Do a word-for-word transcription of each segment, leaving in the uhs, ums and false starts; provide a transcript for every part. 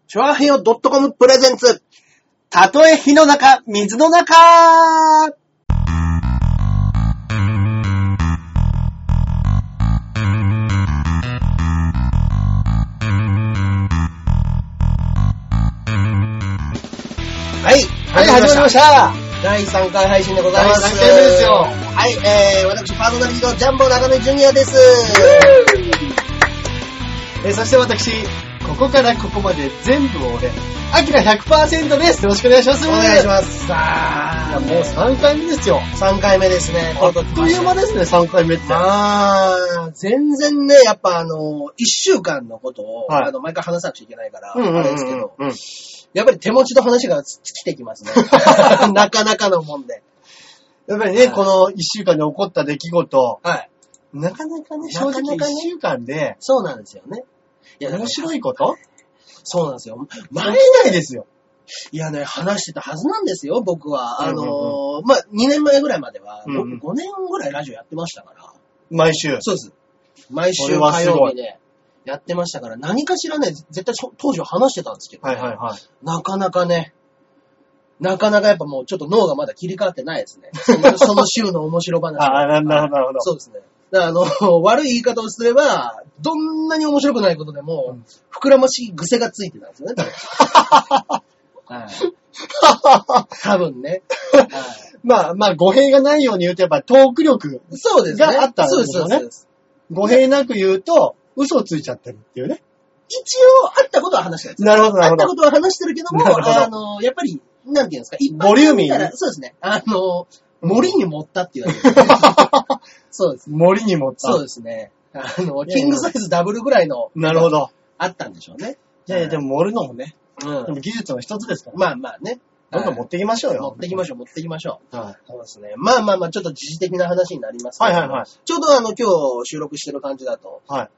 チョアヘヨ .com プレゼンツ。たとえ火の中、水の中。はい。 はい、始まりました。 だいさんかい配信でございます。 さんかいめですよ。 はい、えー、私、パーソナリティのジャンボ中根ジュニアです。 えー、そして私、ここからここまで全部俺、アキラ ひゃくパーセント です。よろしくお願いします。 お願いします。さあ、 もうさんかいめですよ。 さんかいめですね。 あっという間ですね、さんかいめって。 あー、全然ね、やっぱあの、いっしゅうかんのことを、はい、あの、毎回話さなくちゃいけないから、うんうんうんうん、あれですけど、うん、やっぱり手持ちの話が来てきますね。なかなかのもんで。 やっぱりね、はい、このいっしゅうかんで起こった出来事、 はい、 なかなかね、正直いっしゅうかんで、 そうなんですよね。 いや、面白いことそうなんですよ。 前ないですよ。 いやね、話してたはずなんですよ、僕は。あのー、うんうん、まあ、にねんまえぐらいまでは、うんうん、ごねんぐらいラジオやってましたから。 毎週。 そうです。毎週火曜日でやってましたから、何かしらね、絶対当時は話してたんですけど、ね、 はいはいはい。 なかなかね、なかなかやっぱもうちょっと脳がまだ切り替わってないですね。その、その週の面白話。 ああ、なるほど、なるほど。 そうですね。だからあの、悪い言い方をすれば、どんなに面白くないことでも、うん、膨らましい癖がついてたんですよね、はい、多分ね。はい、 まあまあ、語弊がないように言うと、やっぱトーク力があったんですよね。そうです。語弊なく言うと、嘘をついちゃってるっていうね。 一応、あったことは話してるんですよ。 なるほど、なるほど。 あったことは話してるけども、あの、やっぱり、なんていうんですか、一般ボリューミー。 そうですね。あの、森に盛ったっていうわけですね。そうです。 森に盛った。 そうですね。あの、キングサイズダブルぐらいの。 なるほど。 あったんでしょうね。 いやいや、でも盛るのもね。うん。でも技術の一つですから。 まあまあね。 どんどん持っていきましょうよ。 持っていきましょう、持っていきましょう。 はい。 そうですね。まあまあまあ、ちょっと時事的な話になりますけど。 はいはいはい。 ちょうどあの、今日収録してる感じだと。 はい。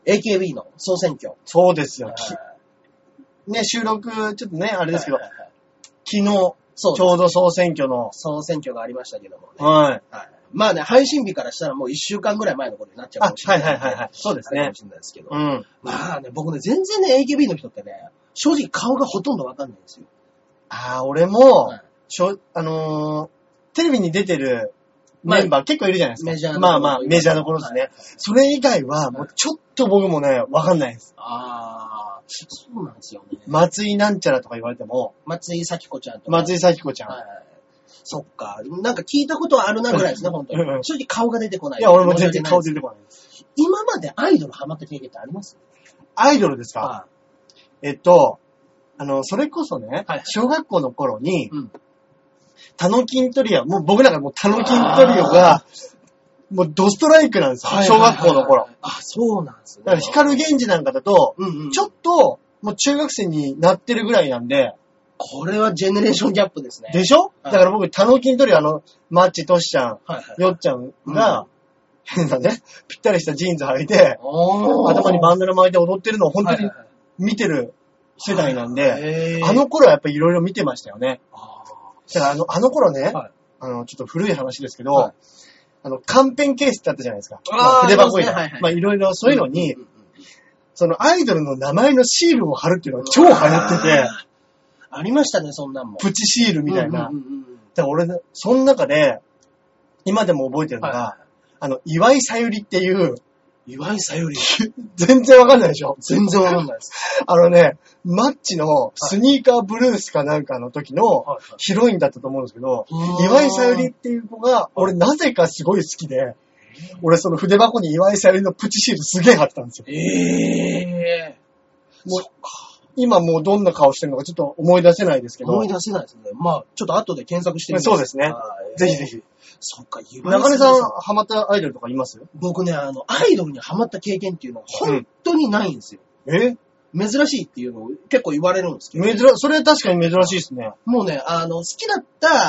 エーケービー の総選挙。 そうですよ。ね、収録、ちょっとね、あれですけど、昨日、ちょうど総選挙の。 総選挙がありましたけどもね。 はい。 はい。まあね、配信日からしたらもういっしゅうかんぐらい前のことになっちゃうかもしれない。 はいはいはいはい。そうですね。 かもしれないですけど。 うん。 まあね、僕ね、全然ね、エーケービー の人ってね、正直顔がほとんどわかんないんですよ。 ああ、俺も、はい、しょ、あのー、テレビに出てるメンバー、まあ、結構いるじゃないですか。 メジャーのまあまあ、メジャーの頃ですね。はい、それ以外は、もうちょっと僕もね、わかんないです。 ああ、そうなんですよね。 松井なんちゃらとか言われても。 松井咲子ちゃんとか。 松井咲子ちゃん。 はい。そっか。なんか聞いたことはあるなぐらいですね、本当に。正直顔が出てこない。 いや、俺も全然顔出てこないです。 今までアイドルハマった経験ってあります？ アイドルですか？はい、えっと、あの、それこそね、はい、小学校の頃に、うん、タノキントリオ、もう僕らがもうタノキントリオが、もうドストライクなんですよ、はいはいはいはい、小学校の頃。 あ、そうなんですね。 だから光源氏なんかだと、うんうん、ちょっと、もう中学生になってるぐらいなんで、 これはジェネレーションギャップですね。 でしょ、はい、だから僕、タノキントリオ、あの、マッチトシちゃん、はいはい、ヨッちゃんが、うん、変なね、ぴったりしたジーンズ履いて、頭にバンダナ巻いて踊ってるのを本当に見てる世代なんで、はいはいはい、あの頃はやっぱりいろいろ見てましたよね。だからあの、あの頃ね、はい、あの、ちょっと古い話ですけど、はい、あの、カンペンケースってあったじゃないですか。あまあ、筆箱に、ねはいはい。まあ、いろいろそういうのに、うんうんうん、そのアイドルの名前のシールを貼るっていうのが超流行ってて、 ありましたね、そんなんも。 プチシールみたいな。うんうんうん、だから俺、その中で、今でも覚えてるのが、はい、あの、岩井さゆりっていう、 岩井さゆり全然わかんないでしょ？ 全然わかんないです。 あのね、マッチのスニーカーブルースかなんかの時のヒロインだったと思うんですけど、はいはい、岩井さゆりっていう子が、俺なぜかすごい好きで、俺その筆箱に岩井さゆりのプチシールすげえ貼ってたんですよ。 えー。 もう今もうどんな顔してるのかちょっと思い出せないですけど。 思い出せないですね。まあ、ちょっと後で検索してみます。 そうですね。ぜひぜひ。 そっか、 中根さん、ハマったアイドルとかいます？ 僕ね、あの、アイドルにハマった経験っていうのは本当にないんですよ。 うん、え珍しいっていうのを結構言われるんですけど。 珍、それは確かに珍しいですね。 もうね、あの、好きだった、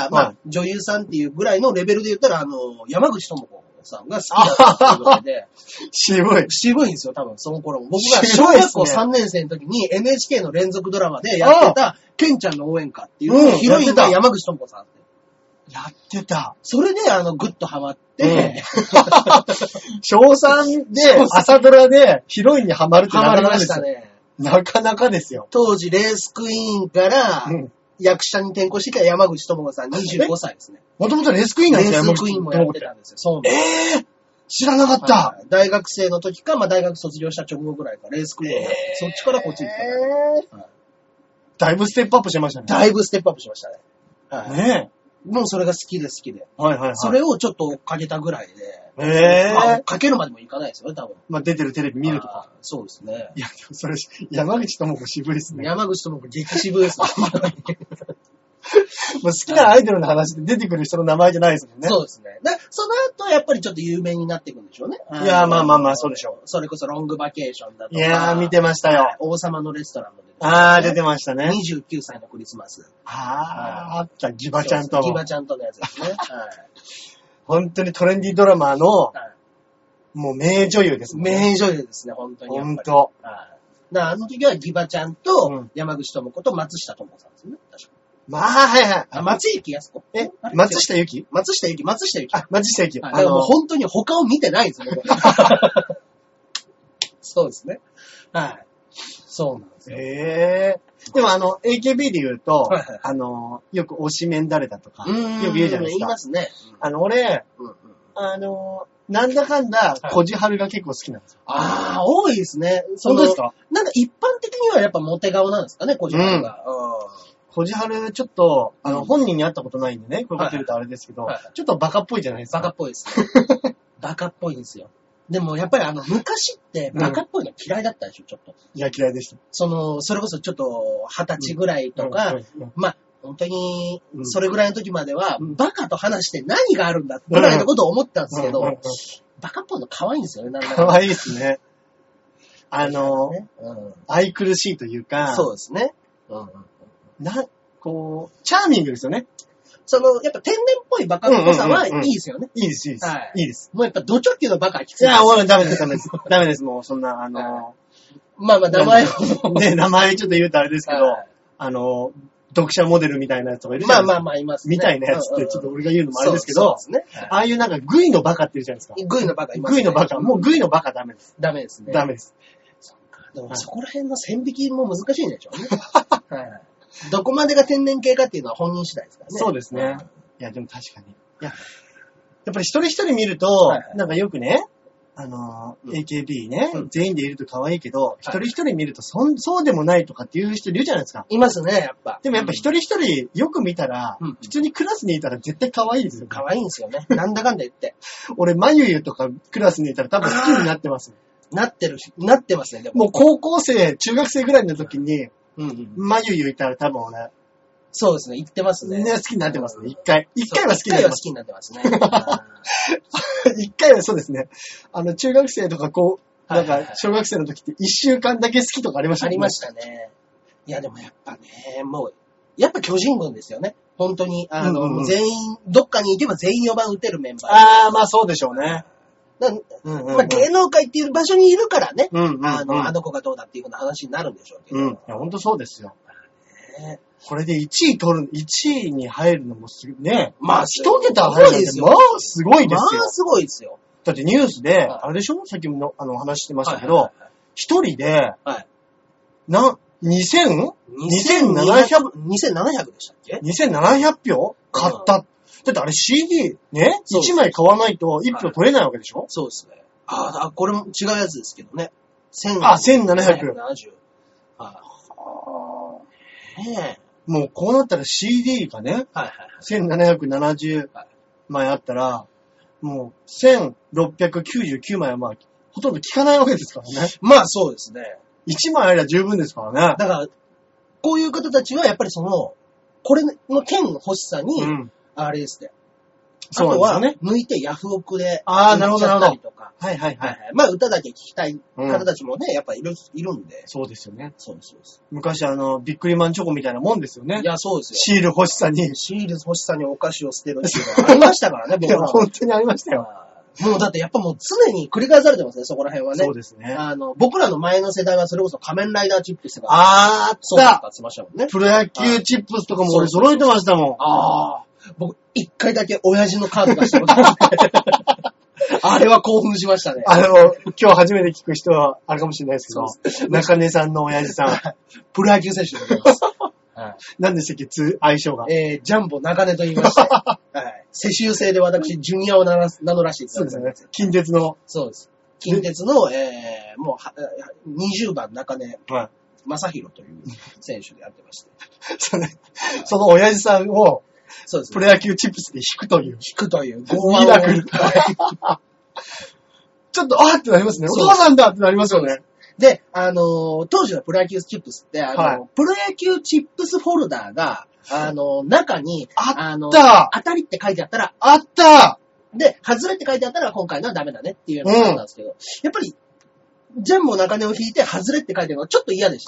まあ、はい、女優さんっていうぐらいのレベルで言ったら、あの、山口智子さんが好きだったっていうことで。 渋い。 渋いんですよ、多分、その頃も。僕が小学校さんねん生の時に エヌエイチケー の連続ドラマでやってた、ケンちゃんの応援歌っていう、うん、ヒロインが山口智子さんって。 やってた。 それで、あの、グッとハマって、 小さんで、朝ドラでヒロインにハマるってなかなかですハマりましたね。 なかなかですよ。 当時、レースクイーンから、役者に転向してきた山口智子さんにじゅうごさいですね。 もともとレースクイーンなんですよ、 レースクイーンもやってたんですよ。そうなんです。 えー知らなかった、はい。 大学生の時か、まあ大学卒業した直後ぐらいか、レースクイーン、えー、そっちからこっちに来た、えーはい。 だいぶステップアップしましたね。 だいぶステップアップしましたね。 はい、ねえ。もうそれが好きで好きで。 はいはいはい。 それをちょっと追っかけたぐらいで。 えーまあ、かけるまでもいかないですよね、多分。 まあ出てるテレビ見るとか。 そうですね。 いや、それ、山口智子渋いですね。 山口智子激渋ですね。 もう好きなアイドルの話で出てくる人の名前じゃないですもんね。 そうですね。で、その後やっぱりちょっと有名になっていくんでしょうね。 いやーまあまあまあそうでしょう。 それこそロングバケーションだとか。 いやー見てましたよ。 王様のレストランも出てました、ね。あー出てましたね。 にじゅうきゅうさいのクリスマス。 あーあったギバちゃんと。 ギバちゃんとのやつですね。はい。 本当にトレンディードラマーの、はい、もう名女優ですね。 名女優ですね、本当に。 本当。 はい。だからあの時はギバちゃんと山口智子と松下智子さんですよね。確かまあ、はいはい。 あ、松雪康子。 え、松下由紀松下由紀、松下由紀。 あ、松下由紀。 あの、もう本当に他を見てないですよ、そうですね。はい。そうなんですよ。 へー。でもあの、エーケービー で言うと、はいはい、あの、よく推しメン誰だとか、よく言うじゃないですか。 言いますね。 あの、俺、うんうん、あの、なんだかんだ、小じはるが結構好きなんですよ。 ああ、多いですね。 本当ですか？ なんか一般的にはやっぱモテ顔なんですかね、小じはるが。 うん小じはる、ちょっと、あの、本人に会ったことないんでね、こういうこと言うとあれですけど、はいはい、ちょっとバカっぽいじゃないですか。 バカっぽいです。バカっぽいですよ。でも、やっぱりあの、昔ってバカっぽいの嫌いだったでしょ、ちょっと。 いや、嫌いでした。 その、それこそちょっと、二十歳ぐらいとか、うんうんうん、まあ、本当に、それぐらいの時までは、うん、バカと話して何があるんだぐらいのことを思ったんですけど、うんうんうん、バカっぽいの可愛いんですよね、なんか。 可愛いですね。あの、ねうん、愛くるしいというか、 そうですね。うんうんな、こう、チャーミングですよね。 その、やっぱ天然っぽいバカっぽさはいいですよね。 いいです、いいです。はい。いいです。 もうやっぱド直球のバカはきつい。いや、俺ダメです、ダメです。ダメです、もうそんな、あのー、まあまあ名前を。 ね、名前ちょっと言うとあれですけど、あの、読者モデルみたいなやつとかいるじゃないですか。 まあまあまあいますね。みたいなやつって、ちょっと俺が言うのもあれですけど、そうですね。ああいうなんかグイのバカって言うじゃないですか。 グイのバカいますね。 グイのバカ。もうグイのバカダメです。 ダメですね。 ダメです。 でもそこら辺の線引きも難しいんでしょうね。はい。どこまでが天然系かっていうのは本人次第ですからね。 そうですね。いや、でも確かに。いや、やっぱり一人一人見ると、はいはい、なんかよくね、あの、うん、エーケービー ね、うん、全員でいると可愛いけど、一、はい、人一人見るとそん、そうでもないとかっていう人いるじゃないですか。 いますね、やっぱ。 でもやっぱ一人一人よく見たら、うん、普通にクラスにいたら絶対可愛いですよ。 可愛いんですよね。なんだかんだ言って。 俺、まゆゆとかクラスにいたら多分好きになってます。 なってるし、なってますね、でも。 もう高校生、中学生ぐらいの時に、うんうん、まゆゆいたら多分俺、 そうですね、言ってますね。 ね、好きになってますね、一回。一回は好きになってます。一回は好きになってますね。 一回はそうですね。あの、中学生とかこう、なんか、小学生の時って一週間だけ好きとかありましたね。 ありましたね。いや、でもやっぱね、もう、やっぱ巨人軍ですよね。本当に、あの、うんうん、全員、どっかに行けば全員よばん打てるメンバー。 ああ、まあそうでしょうね。 だうんうんうんまあ、芸能界っていう場所にいるからね、うんうんうん、あの、あの子がどうだっていうような話になるんでしょうけど。 うん。いや、ほんとそうですよ。ね、これでいちい取る、いちいに入るのもすごいね。 まあ、 一桁入るのですよ。まあ、すごいですよ。 まあ、すごいですよ。 だってニュースで、あれでしょさっきもあの話してましたけど、一、はいはい、人で、はい、な、にせん? にせんななひゃく? にせんななひゃくでしたっけ ? にせんななひゃく 票買った。だってあれ シーディー ね、いちまい買わないといち票取れないわけでしょ、はい、 そうですね。ああ、これも違うやつですけどね。 あ、せんななひゃく。 ああ。ねえ。 もうこうなったら シーディー がね、はいはいはい、せんななひゃくななじゅうまいあったら、もうせんろっぴゃくきゅうじゅうきゅうまいはまあ、ほとんど効かないわけですからね。 まあそうですね。 いちまいあれば十分ですからね。 だから、こういう方たちはやっぱりその、これの剣欲しさに、うん、あれですね。あとは、ね、抜いてヤフオクで、 ああ、なるほど、なるほど。 はいはいはい。まあ歌だけ聞きたい方たちもね、うん、やっぱいる、いるんで。 そうですよね。 そうです、そうです。 昔あの、ビックリマンチョコみたいなもんですよね。 いや、そうですよ。 シール欲しさに。 シール欲しさにお菓子を捨てるっていうのはありましたからね、僕は。いや、本当にありましたよ。 もうだってやっぱもう常に繰り返されてますね、そこら辺はね。 そうですね。 あの、僕らの前の世代はそれこそ仮面ライダーチップスが。 あー、あった。 そうだったって言ってましたもんね。 プロ野球チップスとかも俺揃えてましたもん。 ああ。僕、一回だけ親父のカード出してました。 あれは興奮しましたね。 あの、今日初めて聞く人はあれかもしれないですけど、中根さんの親父さん。 プロ野球選手でございます。 はい、何でしたっけ、つ相性が。 えー、ジャンボ中根と言いまして、はい、世襲制で私、ジュニアを名乗らせていただいて、 そうですね。近鉄の。 そうです。近鉄の、えー、もう、にじゅうばん中根正宏という選手でやってまして。 それ、その親父さんを、 そうです、ね。 プロ野球チップスで引くという。 引くという。 ミラクル。ちょっと、あーってなりますね。お父さんだってなりますよね。 で、あのー、当時のプロ野球チップスって、あのーはい、プロ野球チップスフォルダーが、あのー、中に、 あった、あのー、当たりって書いてあったら、 あったで、外れって書いてあったら、今回のはダメだねっていうやつなんですけど、うん、やっぱり、ジャンボ中根を引いて、外れって書いてあるのはちょっと嫌でした、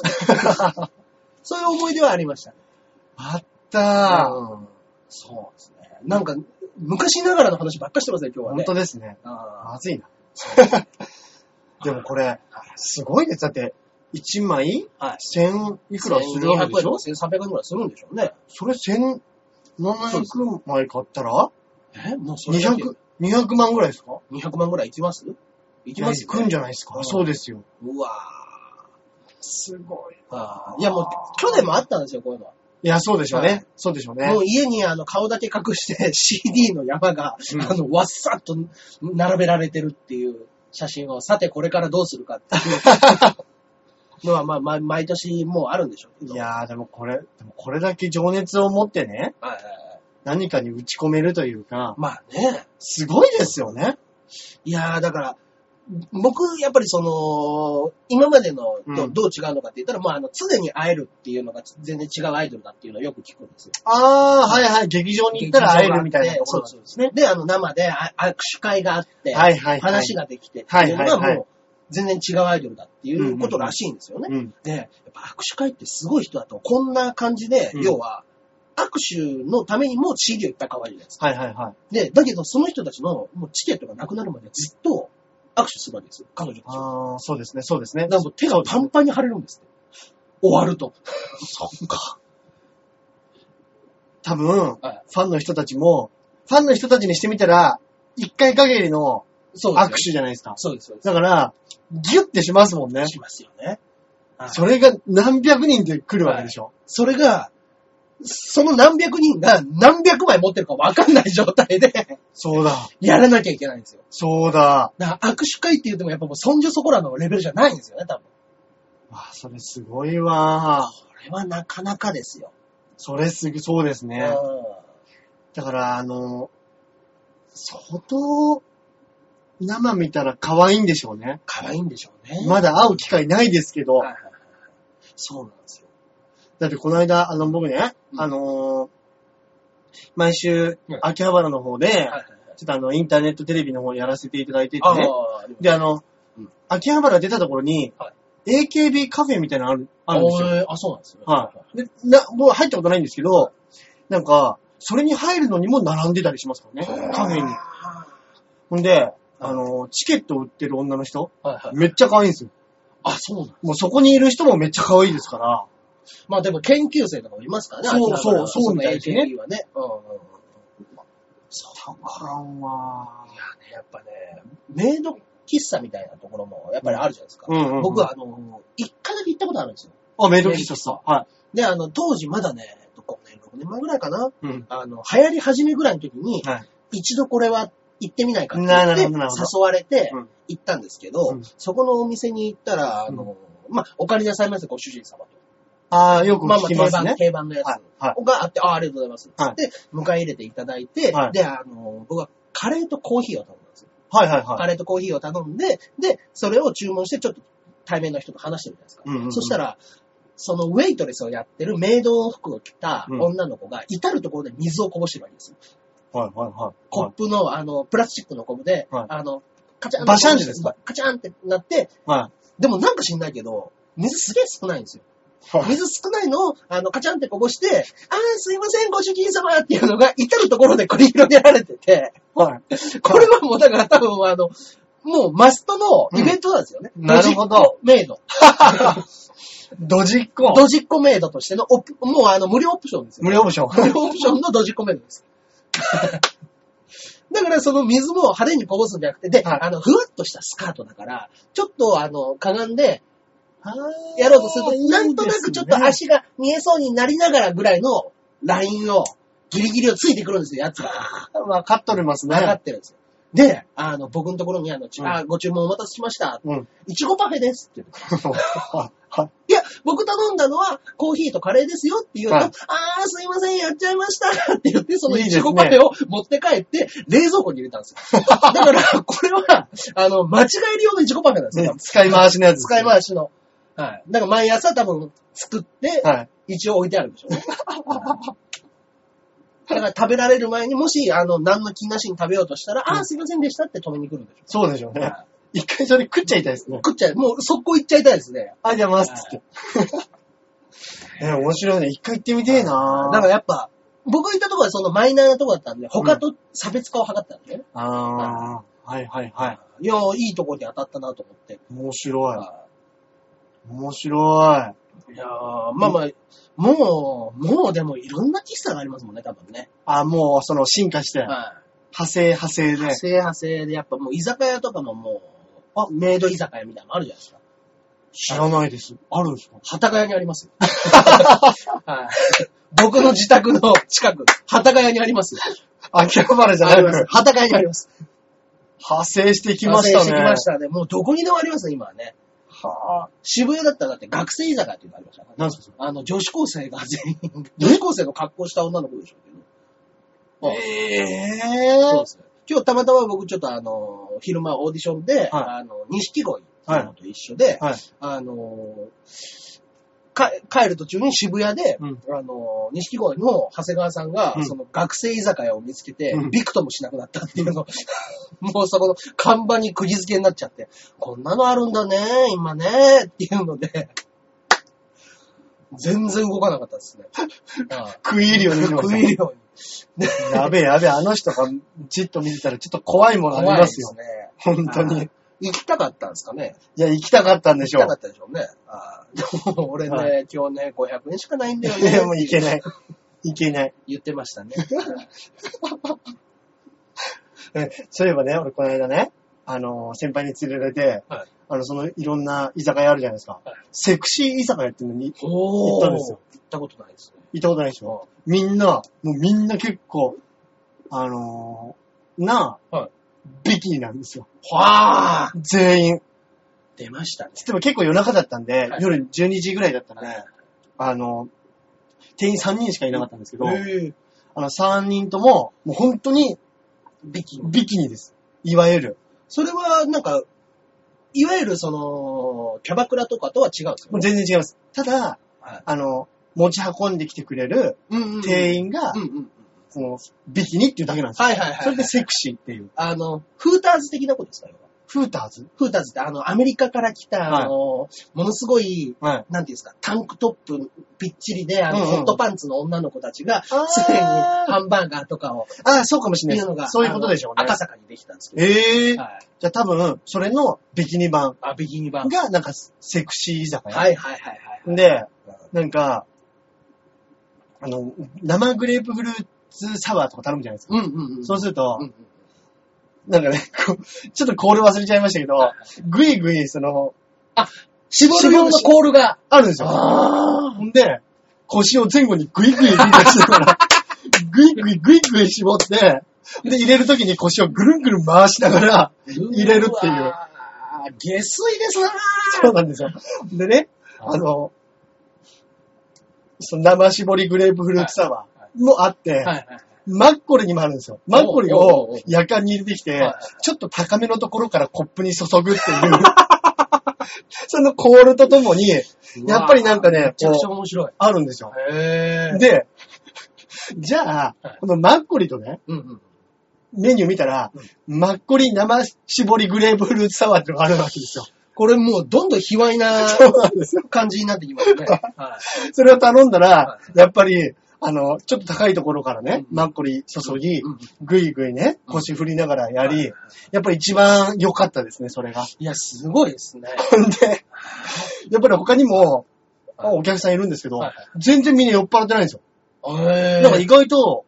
ね。そういう思い出はありました。 あったー、 うん。そうですね。なんか、昔ながらの話ばっかしてますね、今日はね。 本当ですね。 あまずいな。でもこれ、すごいです。だって、いちまい、はい、せんいくらするわけでしょ ? せんにひゃくえんとかせんさんびゃくえんくらいするんでしょうね。 それせんななひゃくまい買ったらえもうそれにひゃく、にひゃくまんぐらいですか ? にひゃくまんぐらいいきますいきます、ね、 いくんじゃないですか、うん、そうですよ。 うわー。すごい。 あいやもう、去年もあったんですよ、こういうのは。 いや、そうでしょうね。はい、そうでしょうね。 もう家にあの顔だけ隠して シーディー の山が、うん、あの、わっさっと並べられてるっていう写真を、さてこれからどうするかっていうのは、まあ、まあ、毎年もうあるんでしょうけど。 いやー、でもこれ、でもこれだけ情熱を持ってね、はいはいはい、何かに打ち込めるというか、 まあね。 すごいですよね。 いやー、だから、僕、やっぱりその、今までのとどう違うのかって言ったら、うん、まあ、あの、常に会えるっていうのが全然違うアイドルだっていうのをよく聞くんですよ。 ああ、はいはい。劇場に行ったら会えるみたいなところなんですね。 で、あの、生で握手会があって、はいはいはい、話ができてっていうのがもう、全然違うアイドルだっていうことらしいんですよね。うんうんうん、で、やっぱ握手会ってすごい人だと、こんな感じで、うん、要は、握手のためにも シーディー をいっぱい買われるやつ。 はいはいはい。 で、だけどその人たちのもうチケットがなくなるまでずっと、握手するわけですよ、彼女たちは。 ああ、そうですね、そうですね。 だから手がパンパンに腫れるんですって。終わると。 そっか。多分、はい、ファンの人たちも、ファンの人たちにしてみたら、一回限りの握手じゃないですか。 そうです、そうです。 だから、ギュッてしますもんね。 しますよね。 それが何百人で来るわけでしょ。はい、 それが、その何百人が何百枚持ってるか分かんない状態で、 そうだ。 やらなきゃいけないんですよ。 そうだ。 だから握手会って言ってもやっぱもうそんじょそこらのレベルじゃないんですよね、多分。 あ、それすごいわ。 これはなかなかですよ。 それすぐ、そうですね。だから、あの、相当、生見たら可愛いんでしょうね。 可愛いんでしょうね。 まだ会う機会ないですけど。はいはいはい、 そうなんですよ。 だってこの間、あの、僕ね、うん、あのー、毎週、秋葉原の方で、はいはいはい、ちょっとあの、インターネットテレビの方やらせていただいててね。で、あの、うん、秋葉原出たところに、はい、エーケービー カフェみたいなのある、あるんですよ。 あ、そうなんですよ。 はい。で、な、もう入ったことないんですけど、なんか、それに入るのにも並んでたりしますからね、カフェに。ほんで、あの、チケット売ってる女の人、はいはい、めっちゃ可愛いんですよ。 あ、そうなんです。 もうそこにいる人もめっちゃ可愛いですから。 まあでも研究生とかもいますからね。 そうそう、そうみたいですね。 エーケービー はね。うんうんうん。 そうわからんわ。 いやね、やっぱね、メイド喫茶みたいなところもやっぱりあるじゃないですか。うんうんうん、僕はあの、一回だけ行ったことあるんですよ。 あ、メイド喫茶さ。はい。 で、あの、当時まだね、ごねん、ろくねんまえぐらいかな。うん。あの、流行り始めぐらいの時に、はい、一度これは行ってみないかって言って誘われて行ったんですけど、うん、そこのお店に行ったら、あの、うん、まあ、お借りなさいませ、ご主人様と。 ああ、よく聞きますね。まあまあ定番、定番のやつがあって、はいはい、ああ、ありがとうございます。はい、で、迎え入れていただいて、はい、で、あの、僕はカレーとコーヒーを頼んだんですよ。 はいはいはい。 カレーとコーヒーを頼んで、で、それを注文して、ちょっと対面の人と話してみたんですか。うんうんうん、そしたら、そのウェイトレスをやってるメイド服を着た女の子が、至るところで水をこぼしてるわけですよ。 はいはいはい。 コップの、あの、プラスチックのコップで、はい、あの、カチャンバシャンジですか？ カチャンってなって、はい、でもなんか知んないけど、水すげえ少ないんですよ。はい、水少ないのを、あの、カチャンってこぼして、あー、すいません、ご主人様っていうのが、至るところで繰り広げられてて、はい、これはもうだから多分、あの、もうマストのイベントなんですよね。 うん、なるほど。 メイド。 ドジっ子。 ドジっ子メイドとしてのオプ、もうあの、無料オプションですよ、 ね。無料オプション。 無料オプションのドジっ子メイドです。 だからその水も派手にこぼすんじゃなくて、で、はい、あの、ふわっとしたスカートだから、ちょっとあの、かがんで、やろうとすると、なんとなくちょっと足が見えそうになりながらぐらいのラインを、ギリギリをついてくるんですよ、やつが。 わかっておりますね。 わかってるんですよ。で、あの、僕のところにあの、うん、あご注文お待たせしました。うん。いちごパフェですって言って。いや、僕頼んだのはコーヒーとカレーですよって言うと、はい、あー、すいません、やっちゃいましたって言って、そのいちごパフェを持って帰って、冷蔵庫に入れたんですよ。だから、これは、あの、間違える用のいちごパフェなんですよ。 ね、使い回しのやつ。 使い回しの。はい。だから毎朝多分作って、はい、一応置いてあるんでしょうね。だから食べられる前にもし、あの、何の気なしに食べようとしたら、うん、あー、すいませんでしたって止めに来るんでしょう。 そうでしょうね。はい、一回それ食っちゃいたいですね。 食っちゃい、もう速攻行っちゃいたいですね。 あ、じゃあますって。え、面白いね。一回行ってみてえな。 だからやっぱ、僕行ったところはそのマイナーなところだったんで、他と差別化を図ったんでね。うん、 ああ、はいはいはい。 いや、いいところに当たったなと思って。 面白い。面白い。いやー、まあまあ、もう、もうでもいろんな喫茶がありますもんね、多分ね。 あ、もうその進化して。はい。派生派生で。 派生派生で、やっぱもう居酒屋とかももう、あ、メイド居酒屋みたいなのあるじゃないですか。 知らないです。あるんですか？ 幡ヶ谷にありますよ。はい。僕の自宅の近く、幡ヶ谷にありますよ。 秋葉原じゃないです。 幡ヶ谷にあります。 派生してきましたね。 派生してきましたね。もうどこにでもありますね、今はね。はあ、渋谷だったらだって学生居酒屋っていうのありましたね。 何ですか？ あの、女子高生が全員、女子高生の格好した女の子でしょうけど。えぇー。そうですね。今日たまたま僕ちょっとあの、昼間オーディションで、はい、あの、錦鯉と一緒で、はいはい、あの、か帰る途中に渋谷で、うん、あの、錦鯉の長谷川さんが、うん、その学生居酒屋を見つけて、うん、ビクともしなくなったっていうの、もうそこの看板に釘付けになっちゃって、こんなのあるんだね、今ね、っていうので、全然動かなかったですね。 食い入るように。 食い入るように。やべえやべえ、あの人がじっと見てたらちょっと怖いものありますよ。怖いですね。本当に。 行きたかったんですかね。 いや、行きたかったんでしょう。 行きたかったでしょうね。あでも俺ね、はい、今日ね、ごひゃくえんしかないんだよね。 いや、もう行けない。行けない。 言ってましたね。 そういえばね、俺この間ね、あの、先輩に連れられて、はい、あの、そのいろんな居酒屋あるじゃないですか。はい、セクシー居酒屋っていうのに行ったんですよ。 行ったことないですね。 行ったことないでしょ。みんな、もうみんな結構、あのー、なあ、はい、ビキニなんですよ。 はぁー全員。 出ましたね。 でも結構夜中だったんで、はい、夜じゅうにじぐらいだったんで、はい、あの、店員さんにんしかいなかったんですけど、あのさんにんとも、もう本当に、ビキニ。ビキニです。いわゆる。 それは、なんか、いわゆるその、キャバクラとかとは違うんですか？ 全然違います。ただ、はい、あの、持ち運んできてくれる店員が、うんうんうん、そのビキニっていうだけなんですよ。 はいはいはい、はい。 それでセクシーっていう。 あの、フーターズ的なことですか？ フーターズフーターズってあの、アメリカから来た、はい、あの、ものすごい、はい、なんていうんですか、タンクトップぴっちりで、あの、うんうん、ホットパンツの女の子たちが、常にハンバーガーとかを。 ああ、そうかもしれないです。そういうことでしょうね。 赤坂にできたんですけど。 ええーはい、じゃあ多分、それのビキニ版。 あ、ビキニ版。 が、なんか、セクシー居酒屋。 はいはいはいはい。 で、なんか、あの、生グレープフルーツサワーとか頼むじゃないですか。 うんうんうん、 そうすると、うんうんなんかね、ちょっとコール忘れちゃいましたけど、ぐいぐい、その、 あ、絞る用のコールがあるんですよ。ほんで、腰を前後にぐいぐいリードしながら、ぐいぐいぐいぐい絞って、で、入れるときに腰をぐるんぐるん回しながら、入れるっていう。う下水ですなぁ。 そうなんですよ。でね、あの、その生絞りグレープフルーツサワーもあって、はいはいはいマッコリにもあるんですよ。マッコリをやかんに入れてきて、ちょっと高めのところからコップに注ぐっていう。そのコールとともに、やっぱりなんかね、 めちゃくちゃ面白い。 あるんですよ。 へーで、じゃあ、このマッコリとね、うんうん、メニュー見たら、うん、マッコリ生絞りグレープフルーツサワーってのがあるわけですよ。 これもうどんどん卑猥な感じになってきますね。 はい、それを頼んだら、やっぱり、あの、ちょっと高いところからね、うん、マッコリ注ぎ、うん、ぐいぐいね、腰振りながらやり、うん、やっぱり一番良かったですね、それが。 いや、すごいですね。 ほんで、やっぱり他にも、お客さんいるんですけど、はい、全然みんな酔っ払ってないんですよ。 へーなんか意外と、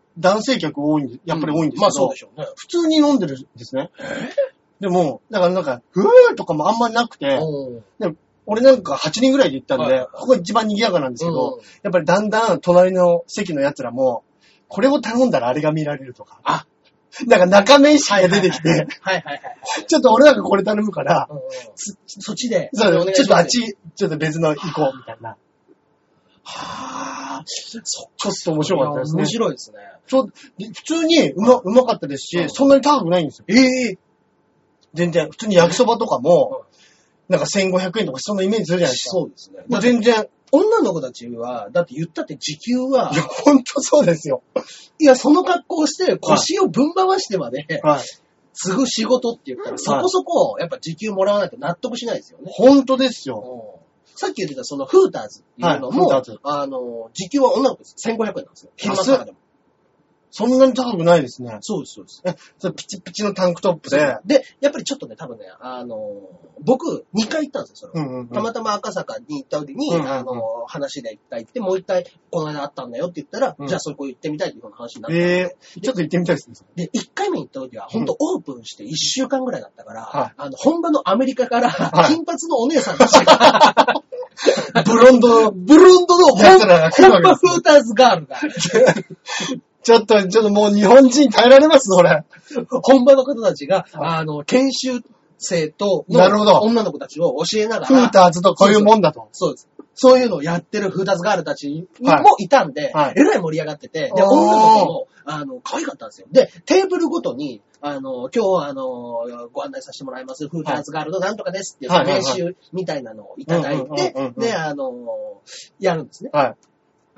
男性客多いんで、やっぱり多いんですけど、うん、 まあそうでしょうね。 普通に飲んでるんですね。でも、だからなんか、ふーとかもあんまなくて、で俺なんかはちにんぐらいで行ったんで、はい、ここ一番賑やかなんですけど、うん、やっぱりだんだん隣の席の奴らも、これを頼んだらあれが見られるとか。あ、なんか中面意識が出てきて、はいはいはいはい、ちょっと俺なんかこれ頼むから、うんうん、 そ, そっちで、 そう、ちょっとあっち、ちょっと別の行こうみたいな。 はぁ、 ちょっと面白かったですね。 面白いですね。 ちょ普通にうま、うまかったですし、うん、そんなに高くないんですよ。 ええー。 全然、普通に焼きそばとかも、うん、なんかせんごひゃくえんとかそんなイメージするじゃないですか。 そうですね。 まあ、全然。 女の子たちは、だって言ったって時給は。 いや、ほんとそうですよ。 いや、その格好をして腰をぶん回してまで、はい。継ぐ仕事って言ったら、そこそこ、やっぱ時給もらわないと納得しないですよね。 ほんとですよ。 さっき言ってたそのフーターズっていうのも、はい、あの、時給は女の子です。せんごひゃくえんなんですよ。昼間からでも。 そんなに高くないですね。 そうです、そうです。 え、それピチピチのタンクトップで。 で、やっぱりちょっとね、多分ね、あの、僕、にかい行ったんですよ、それ、うんうんうん。たまたま赤坂に行った時に、うんうんうん、あの、話でいっかい行って、もういっかい、この間あったんだよって言ったら、うん、じゃあそこ行ってみたいっていうような話になったんで。 えー、ちょっと行ってみたいですね。 で、いっかいめ行った時は、ほんとオープンしていっしゅうかんぐらいだったから、はい、あの、本場のアメリカから、金髪のお姉さんたちが、はい、 ブロンドの、 ブロンドの本場フーターズガールが。 ちょっと、ちょっともう日本人耐えられますそれ。 本場の方たちが、あの、研修生との女の子たちを教えながら。 フーターズとこういうもんだと。 そうです。そういうのをやってるフーターズガールたちもいたんで、はい、えらい盛り上がってて、で、女の子も、あの、可愛かったんですよ。で、テーブルごとに、あの、今日、あの、ご案内させてもらいます、フーターズガールのなんとかですっていう練習みたいなのをいただいて、で、あの、やるんですね。はい。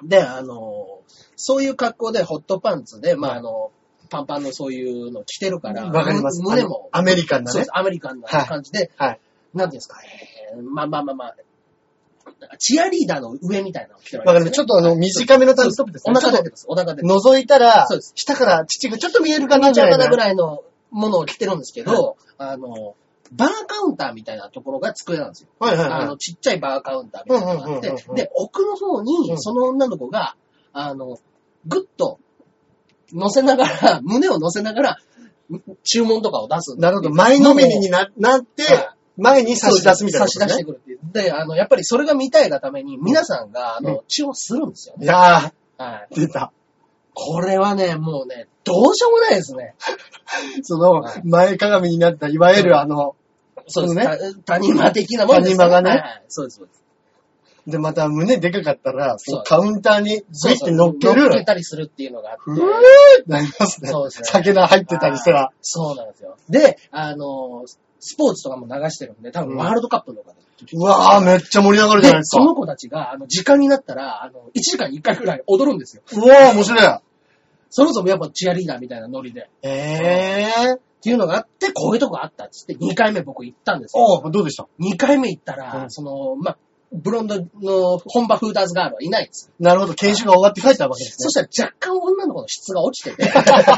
で、あの、そういう格好でホットパンツで、まあ、あの、パンパンのそういうの着てるから、 わかります。 胸も。 アメリカンなね。 そうです、アメリカンな感じで、はいはい、なんていうんですか、えー、まあまあまあまあ、チアリーダーの上みたいなの着てるわけです、ね。 わかります。ちょっとあの、短めのタンクトップですね。 お腹出てます。お腹出てます。覗いたら、そうです。下から乳がちょっと見えるかなぐらいなぐらいのものを着てるんですけど、はい、あの、バーカウンターみたいなところが机なんですよ。はいはいはい。あの、ちっちゃいバーカウンターみたいなのがあって、で、奥の方に、その女の子が、あの、ぐっと乗せながら、胸を乗せながら、注文とかを出す。 なるほど。前のめりに な, なって、前に差し出すみたいな、ね。 差し出してくるっていう。で、あの、やっぱりそれが見たいがために、皆さんが、あの、うん、注文するんですよね。 いやー、はい、出た。 これはね、もうね、どうしようもないですね。 その、前かがみになった、いわゆるあの、 そうですね。谷間的なもんですね。 谷間がね。 はい、そうです、そうです。 で、また胸でかかったら、そのカウンターにグイって乗っける。 乗っけたりするっていうのがあって。 うーってなりますね。そうですね。酒が入ってたりしたら。 そうなんですよ。で、あの、スポーツとかも流してるんで、多分ワールドカップの方で。 うわー、めっちゃ盛り上がるじゃないですか。 その子たちが、あの、時間になったら、あの、いちじかんにいっかいくらい踊るんですよ。 うわー、面白い。 そもそもやっぱチアリーダーみたいなノリで。 えー。 っていうのがあって、こういうとこあったっつって、にかいめ僕行ったんですよ。 ああ、どうでした ? に 回目行ったら、うん、その、ま、ブロンドの本場フーターズガールはいないです。 なるほど、研修が終わって帰ったわけですね。 そしたら若干女の子の質が落ちてて、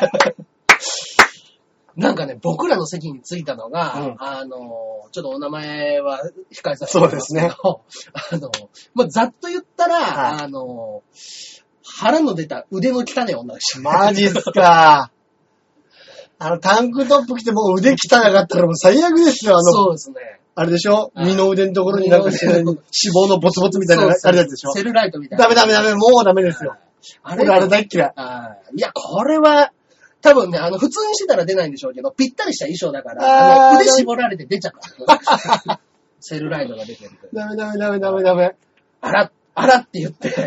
なんかね、僕らの席に着いたのが、うん、あの、ちょっとお名前は控えさせてもらいますけど、そうですね。あの、ま、ざっと言ったら、はい、あの、腹の出た腕の汚い女でした。 マジっすか。あの、タンクトップ着てもう腕汚かったらもう最悪ですよ。あの、 そうですね。 あれでしょ、二の腕のところになんか脂肪のボツボツみたいなあれやつでしょ。 セルライトみたいな。 ダメダメダメ、もうダメですよ。あれ、あれ大っ嫌い。 いや、これは、多分ね、あの、普通にしてたら出ないんでしょうけど、ぴったりした衣装だから、あの腕絞られて出ちゃった。セルライトが出てる。 ダメダメダメダメダメ。 あら、あらって言って。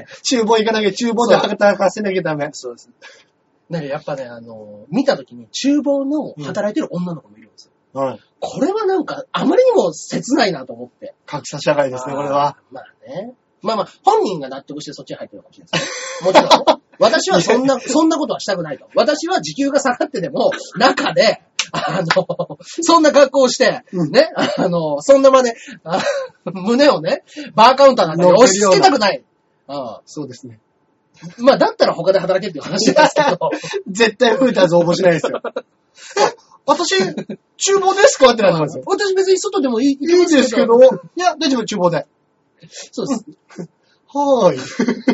厨房行かなきゃ、厨房で働かせなきゃダメ。 そうです。なんかやっぱね、あの、見たときに厨房の働いてる女の子もいるんですよ。うん、はい。これはなんか、あまりにも切ないなと思って。 格差社会ですね、これは。 まあね。まあまあ、本人が納得してそっちに入ってるかもしれないです。もちろん。私はそんな、そんなことはしたくないと。私は時給が下がってでも、中で、あの、そんな格好をして、うん、ね、あの、そんなまで、胸をね、バーカウンターなんかに押し付けたくない。 ああ、そうですね。 まあ、だったら他で働けっていう話ですけど。 絶対フーターズ応募しないですよ。私、厨房ですかってなってますよ。 私別に外でもいい。いいですけど。いや、大丈夫、厨房で。 そうです。 はーい。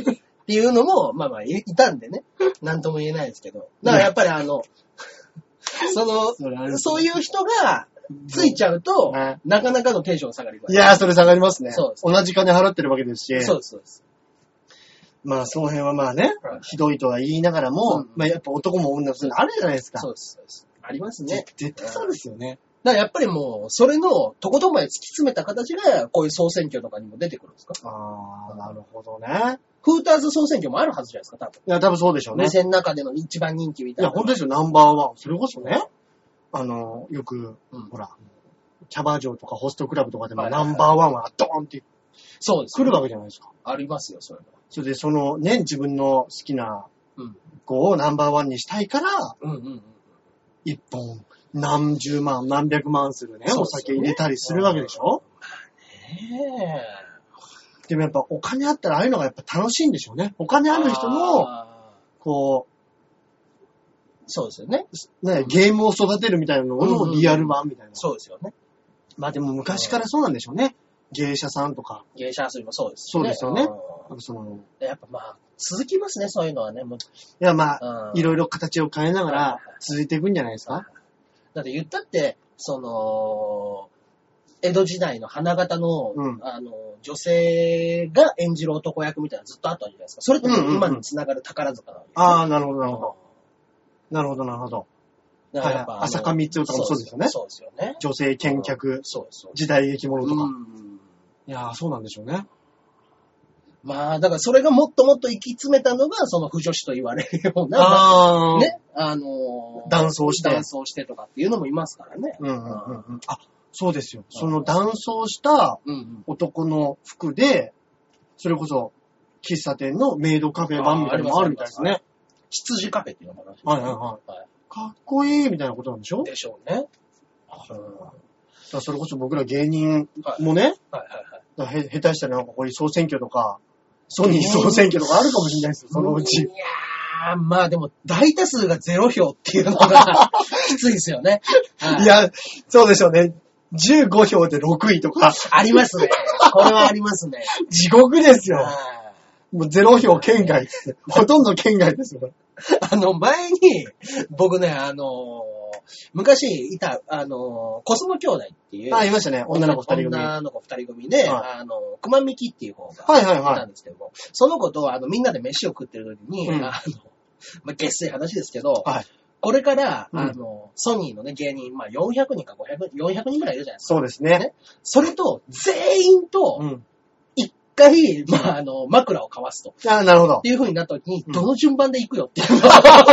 っていうのも、まあまあ、いたんでね。なんとも言えないですけど。だからやっぱりあの、その、そういう人がついちゃうと、なかなかのテンション下がります。 いやー、それ下がりますね。 そうです。 同じ金払ってるわけですし。 そうです、そうです。 まあ、その辺はまあね、はい、ひどいとは言いながらも、うん、まあやっぱ男も女もそういうのあるじゃないですか。 そうです、そうです。ありますね。 絶対そうですよね。 だからやっぱりもう、それのとことんまで突き詰めた形が、こういう総選挙とかにも出てくるんですか？ ああ、なるほどね。 フーターズ総選挙もあるはずじゃないですか、多分。 いや、多分そうでしょうね。 店の中での一番人気みたいな。 いや、本当ですよ、ナンバーワン。それこそね、あの、よく、うん、ほら、キャバ嬢とかホストクラブとかでもナンバーワンはドーンって、 そうです、 来るわけじゃないですか。 ありますよ、そういうの。 それで、そのね、自分の好きな子をナンバーワンにしたいから、うんうんうん、一本何十万、何百万するね、お酒入れたりするわけでしょ？まあねえ。でもやっぱお金あったらああいうのがやっぱ楽しいんでしょうね。お金ある人の、こう、 そうですよね。 ね、ゲームを育てるみたいなののリアル版みたいな、うんうん。 そうですよね。 まあでも昔からそうなんでしょうね。芸者さんとか。 芸者遊びもそうですしね。そうですよね。 そのやっぱまあ、続きますね、そういうのはね。もういやまあ、いろいろ形を変えながら続いていくんじゃないですか。 だって言ったって、その、江戸時代の花形の、うん、あの、女性が演じる男役みたいなのずっとあったじゃないですか。それって今につながる宝塚なんです、ね、 ああ、なるほど、なるほど。なるほど、なるほど。はい、浅香光代とかもそうですよね。 そうですよね。 女性見客、そうです時代劇ものとか。いやー、そうなんでしょうね。 まあ、だからそれがもっともっと行き詰めたのが、その不女子と言われるような、 あね、あのー、 男装して。 男装してとかっていうのもいますからね。 うんうんうんうん、あ、そうですよ。その男装した男の服で、それこそ喫茶店のメイドカフェ版みたいなのもあるみたいですね。 羊カフェっていうのかな。 はいはいはい。はい、かっこいいみたいなことなんでしょ？ でしょうね。 うん、だそれこそ僕ら芸人もね、はいはいはい、へ下手したらなんかこういう総選挙とか、ソニー総選挙とかあるかもしれないですよ、そのうち。いやー、まあでも大多数がゼロ票っていうのがきついですよね。 はい、いや、そうでしょうね。じゅうごひょうでろくいとか。 ありますね。これはありますね。 地獄ですよ。もうゼロ票県外です。ほとんど県外ですよ。 あの、前に、僕ね、あの、昔いた、あの、コスモ兄弟っていう。 あ、いましたね。女の子二人組。 女の子二人組で、はい、あの、熊みきっていう方がいたんですけども、はいはいはい、その子と、あの、みんなで飯を食ってる時に、うん、あの、まあ、下水話ですけど、はい、これから、うん、あの、ソニーのね、芸人、まあ、よんひゃくにんかごひゃく、よんひゃくにんぐらいいるじゃないですか。 そうですね。ねそれと、全員と、うん一回、まあ、あの、枕を交わすと。 ああ、なるほど。 っていう風になった時に、どの順番で行くよっていうの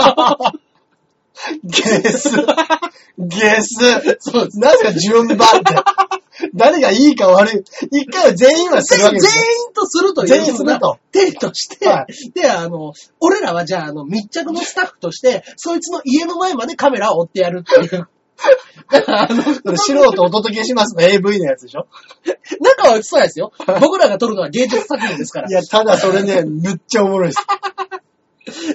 ゲス。ゲス。そうです。なぜか順番って。誰がいいか悪い。一回は全員はするわけです。 全員とするという。 全員すると。 手として、はい、で、あの、俺らはじゃあ、あの、密着のスタッフとして、そいつの家の前までカメラを追ってやるっていう。 あの素人お届けしますの エーブイ のやつでしょ？ 中は映さないですよ。僕らが撮るのは芸術作品ですから。 いや、ただそれね、めっちゃおもろいです。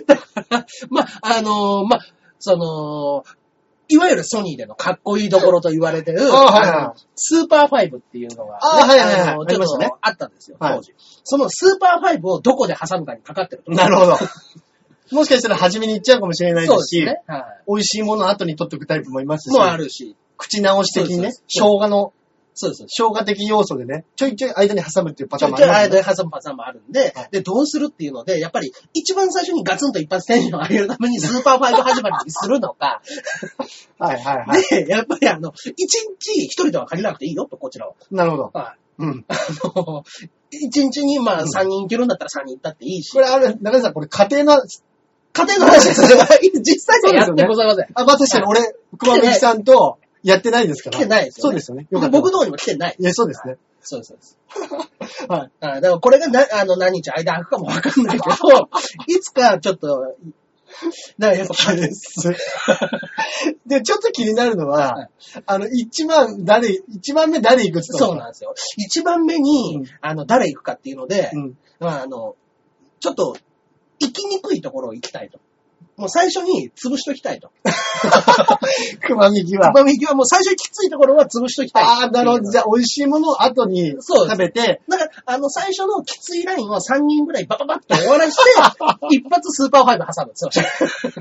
だから、まあ、あのー、まあ、その、いわゆるソニーでのかっこいいところと言われてる、あはいはい、スーパーファイブっていうのが、ね、 あはいはいはい、 あのちょっとね、あったんですよ、当時、はい。そのスーパーファイブをどこで挟むかにかかってると。 なるほど。もしかしたら初めに行っちゃうかもしれないですし、 そうですねはい、 美味しいもの後に取っておくタイプもいますし、 もあるし、 口直し的にね、生姜の、そうです。生姜的要素でね、ちょいちょい間に挟むっていうパターンもある、ね。 ちょいちょい間に挟むパターンもあるんで、はい、で、どうするっていうので、やっぱり一番最初にガツンと一発テンション上げるためにスーパーファイブ始まりにするのか。 はいはいはい。 で、やっぱりあの、一日一人では限らなくていいよと、こちらは。 なるほど。 はい。うん。あの、一日にまあ三人行けるんだったら三人行ったっていいし。 これあれ、中根さんこれ家庭の、 家庭の話です。実際にやってございません。 あ、まあ確かに俺、熊本さんとやってないですから。 来てないですよ、 ね。そうですよね。 僕の方にも来てない。 いや、そうですね。 そうです、そうです。はい。だからこれがな、あの、何日間空くかもわかんないけど、いつかちょっと、だからやっぱ、 で、ちょっと気になるのは、はい、あの、一番、誰、一番目誰行くって言ったの？ そうなんですよ。一番目に、うん、あの、誰行くかっていうので、うん、まあ、あの、ちょっと、行きにくいところを行きたいと。 もう最初に潰しときたいと。 熊みきは。 熊みきはもう最初にきついところは潰しときたい。 ああ、なるほど。じゃあ美味しいものを後に食べて。 だから、あの、最初のきついラインをさんにんぐらいバババッと終わらして、一発スーパーファイブ挟むんですよ。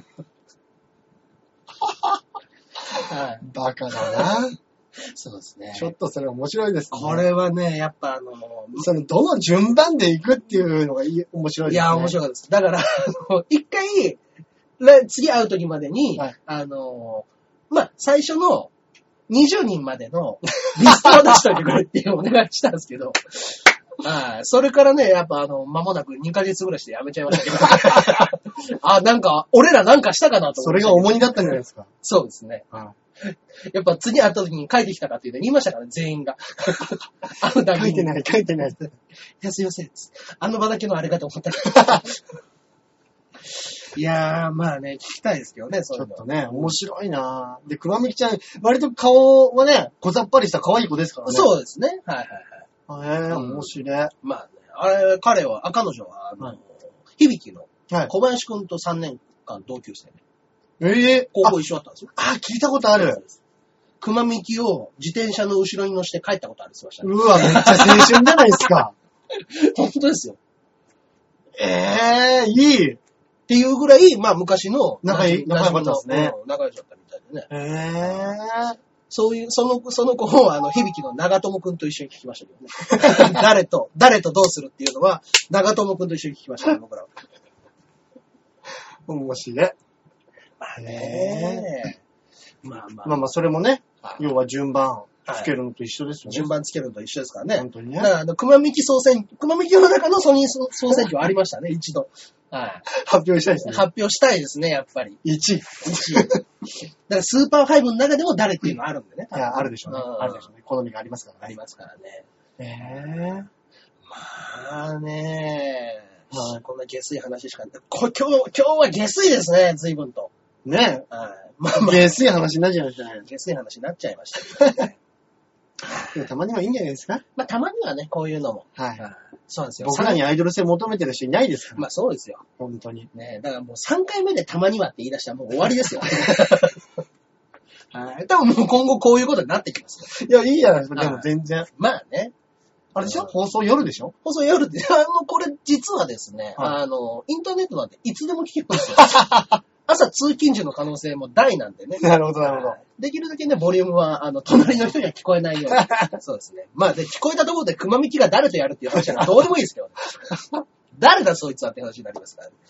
はい、バカだな。 そうですね。 ちょっとそれ面白いですね。 これはね、やっぱあの、 その、どの順番で行くっていうのがいい面白いですね。 いや、面白いです。だから、あの、一回、次会う時までに、はい、あの、まあ、最初のにじゅうにんまでのリストを出しといてくれっていうお願いしたんですけど、はい。それからね、やっぱあの、間もなくにかげつぐらいしてやめちゃいましたけど。あ、なんか、俺らなんかしたかなと思って。 それが重荷だったんじゃないですか。 そうですね。はい。やっぱ次会った時に書いてきたかっていうの言いましたからね、全員が。 あの書いてない、書いてない。いや、すいません。あの場だけのあれかと思ったけど。いやー、まあね、聞きたいですけどね、そういうの。 ちょっとね、面白いなぁ。で、熊みきちゃん、割と顔はね、小ざっぱりした可愛い子ですからね。 そうですね。はいはいはい。へぇ、面白い。 まあね、あれ、彼は、あ、彼女は、あの、はい、響の小林くんとさんねんかん同級生で。 ええー、 高校一緒だったんですよ。 あ、聞いたことある。 熊みきを自転車の後ろに乗せて帰ったことあるって言ってましたね。うわ、めっちゃ青春じゃないですか。 本当ですよ。 ええー、いい。 っていうぐらい、まあ昔の仲良かったですね。 仲良かったみたいでね。 ええー。 そういう、その、その子を、あの、響の長友くんと一緒に聞きましたけどね。誰と、誰とどうするっていうのは、長友くんと一緒に聞きましたね、僕らは。 面白い。 まあね。まあまあ。 まあまあ、それもね、要は順番つけるのと一緒ですよね。 順番つけるのと一緒ですからね。 本当にね。 だから、あの、熊みき総選、熊みきの中のソニー総選挙はありましたね、一度。はい。 発表したいですね。 発表したいですね、やっぱり。 いちい。いちい。だからスーパーファイブの中でも誰っていうのあるんでね。 いや、あるでしょうね。あるでしょうね。好みがありますからね。 ありますからね。 ええー。 まあねー。はい。こんな下水話しかない。こ今日、今日は下水ですね、随分と。 ねえ。はい。 まあまあ。下水話になっちゃいましたね。 下水話になっちゃいましたけどね。 たまにはいいんじゃないですか？ まあ、たまにはね、こういうのも。 はい。 そうなんですよ。 僕らにアイドル性求めてる人いないですから。 まあ、そうですよ。 本当に。 ね、だからもうさんかいめでたまにはって言い出したらもう終わりですよ。はい。多分もう今後こういうことになってきますよ。いや、いいじゃないですか。でも全然。 まあね。 あれでしょ？放送夜でしょ？ 放送夜って、あの、これ実はですね、はい、あの、インターネットなんていつでも聞けますよ。朝通勤時の可能性も大なんでね。 なるほど、なるほど。 できるだけね、ボリュームは、あの、隣の人には聞こえないように。そうですね。まあ、で、聞こえたところで熊みきが誰とやるっていう話はどうでもいいですけどね。誰だそいつはって話になりますからね。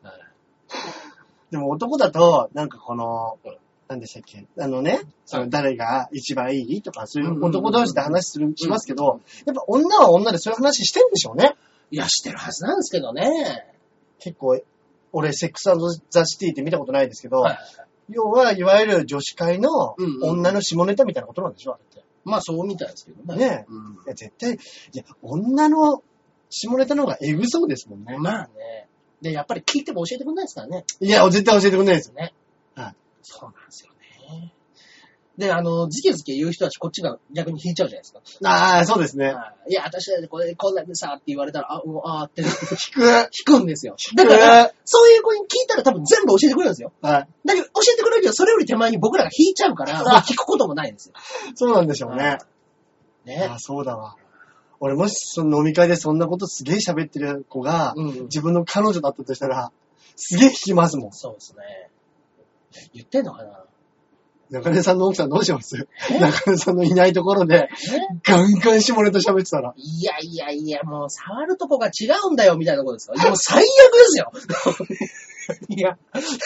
でも男だと、なんかこの、何でしたっけ？あのね、その誰が一番いいとか、そういう男同士で話する、しますけど、やっぱ女は女でそういう話してるんでしょうね。 いや、してるはずなんですけどね。 結構、俺、セックス&ザ・シティって見たことないですけど、はいはいはい、要は、いわゆる女子会の女の下ネタみたいなことなんでしょ、あれって。 まあ、そうみたいですけどね。 ねえ。うん、いや、絶対、いや、女の下ネタの方がエグそうですもんね。 まあね。で、やっぱり聞いても教えてくれないですからね。 いや、絶対教えてくれないですよね。はい。そうなんですよね。で、あの、ズケズケ言う人たちこっちが逆に引いちゃうじゃないですか。 ああ、そうですね。 いや、私はこれ、こんなんでさ、って言われたら、あ、もう、あーって。引く。 引くんですよ。だから、そういう子に聞いたら多分全部教えてくれるんですよ。はい。だけど、教えてくれるけど、それより手前に僕らが引いちゃうから、もう聞くこともないんですよ。 そうなんでしょうね。 ね。 ああ、そうだわ。俺もし、その飲み会でそんなことすげえ喋ってる子が、うんうん、自分の彼女だったとしたら、すげえ引きますもん。 そうですね。言ってんのかな？ 中根さんの奥さんどうします？中根さんのいないところで、ガンガン下ネタ喋ってたら。 いやいやいや、もう触るとこが違うんだよ、みたいなことですか？もう最悪ですよ。いや。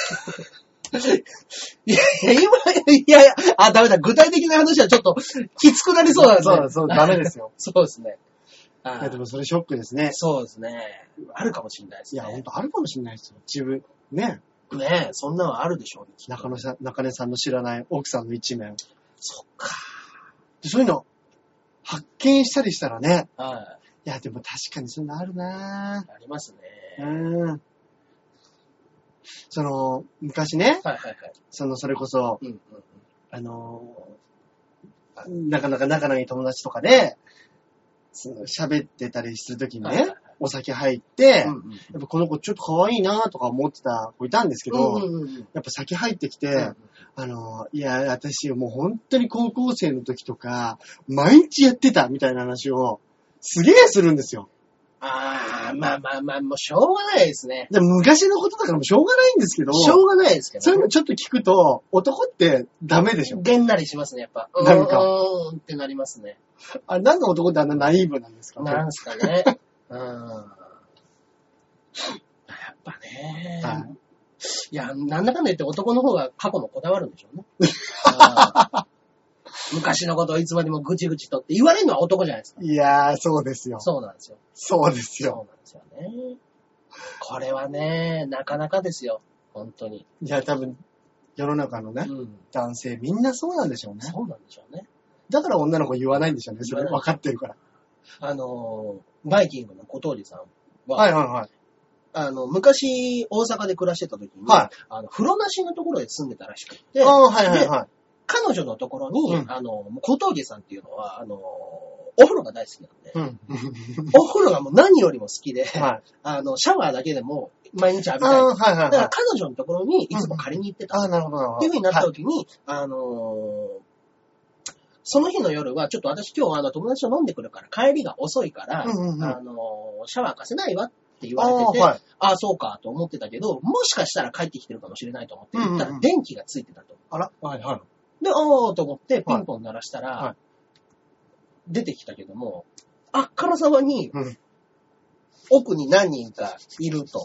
いや、今、いやいや、あ、ダメだ。具体的な話はちょっときつくなりそうなんで。 そうそう、ダメですよ。 そうですね。 いや、でもそれショックですね。 そうですね。あるかもしれないですね。 いや、ほんとあるかもしれないですよ。自分、ね。 ねえ、そんなのあるでしょうね。 中根さん、中根さんの知らない奥さんの一面。 そっか。 そういうの、発見したりしたらね。 はい。 いや、でも確かにそういうのあるなぁ。 ありますね。 うん。その、昔ね。 はいはいはい。 その、それこそ、うんうんうん、あの、なかなか仲のいい友達とかで、その、喋ってたりするときにね、はいはいはい、 お酒入って、うんうん、やっぱこの子ちょっと可愛いなとか思ってた子いたんですけど、うんうんうん、やっぱ酒入ってきて、うんうん、あの、いや、私もう本当に高校生の時とか、毎日やってたみたいな話を、すげえするんですよ。 ああ、まあまあまあ、もうしょうがないですね。 でも昔のことだからもうしょうがないんですけど。 しょうがないですけど、ね。 それもちょっと聞くと、男ってダメでしょ。 げんなりしますね、やっぱ。 なんか。 うーんってなりますね。 あれ、なんで男ってあんなナイーブなんですか？ なんすかね。うん。やっぱね。はい、いや、なんだかんだ言って男の方が過去のこだわるんでしょうね。昔のことをいつまでもぐちぐちとって言われるのは男じゃないですか。 いやー、そうですよ。 そうなんですよ。 そうですよ。 そうなんですよね。これはね、なかなかですよ。本当に。 いや、多分、世の中のね、うん、男性みんなそうなんでしょうね。 そうなんでしょうね。 だから女の子言わないんでしょうね。それ分かってるから。 あの、バイキングの小峠さんは、 はいはいはい。 あの、昔、大阪で暮らしてた時に、はい、あの、風呂なしのところで住んでたらしくて、 ああ、はいはいはい。 彼女のところに、うん、あの、小峠さんっていうのは、あの、お風呂が大好きなんで、うん、お風呂がもう何よりも好きで、はい、あの、シャワーだけでも毎日浴びたい。はいはいはい、だから彼女のところにいつも借りに行ってた。うん、あ、なるほど。っていう風になった時に、はい、あのー、その日の夜は、ちょっと私今日あの友達と飲んでくるから帰りが遅いから、うんうんうん、あのー、シャワー貸せないわって言われてて、あ、はい、あ、そうかと思ってたけど、もしかしたら帰ってきてるかもしれないと思って言ったら、電気がついてたと。 あら、はいはい。 で、おーと思ってピンポン鳴らしたら、はいはい、出てきたけども、あっからさまに、うん、奥に何人かいると。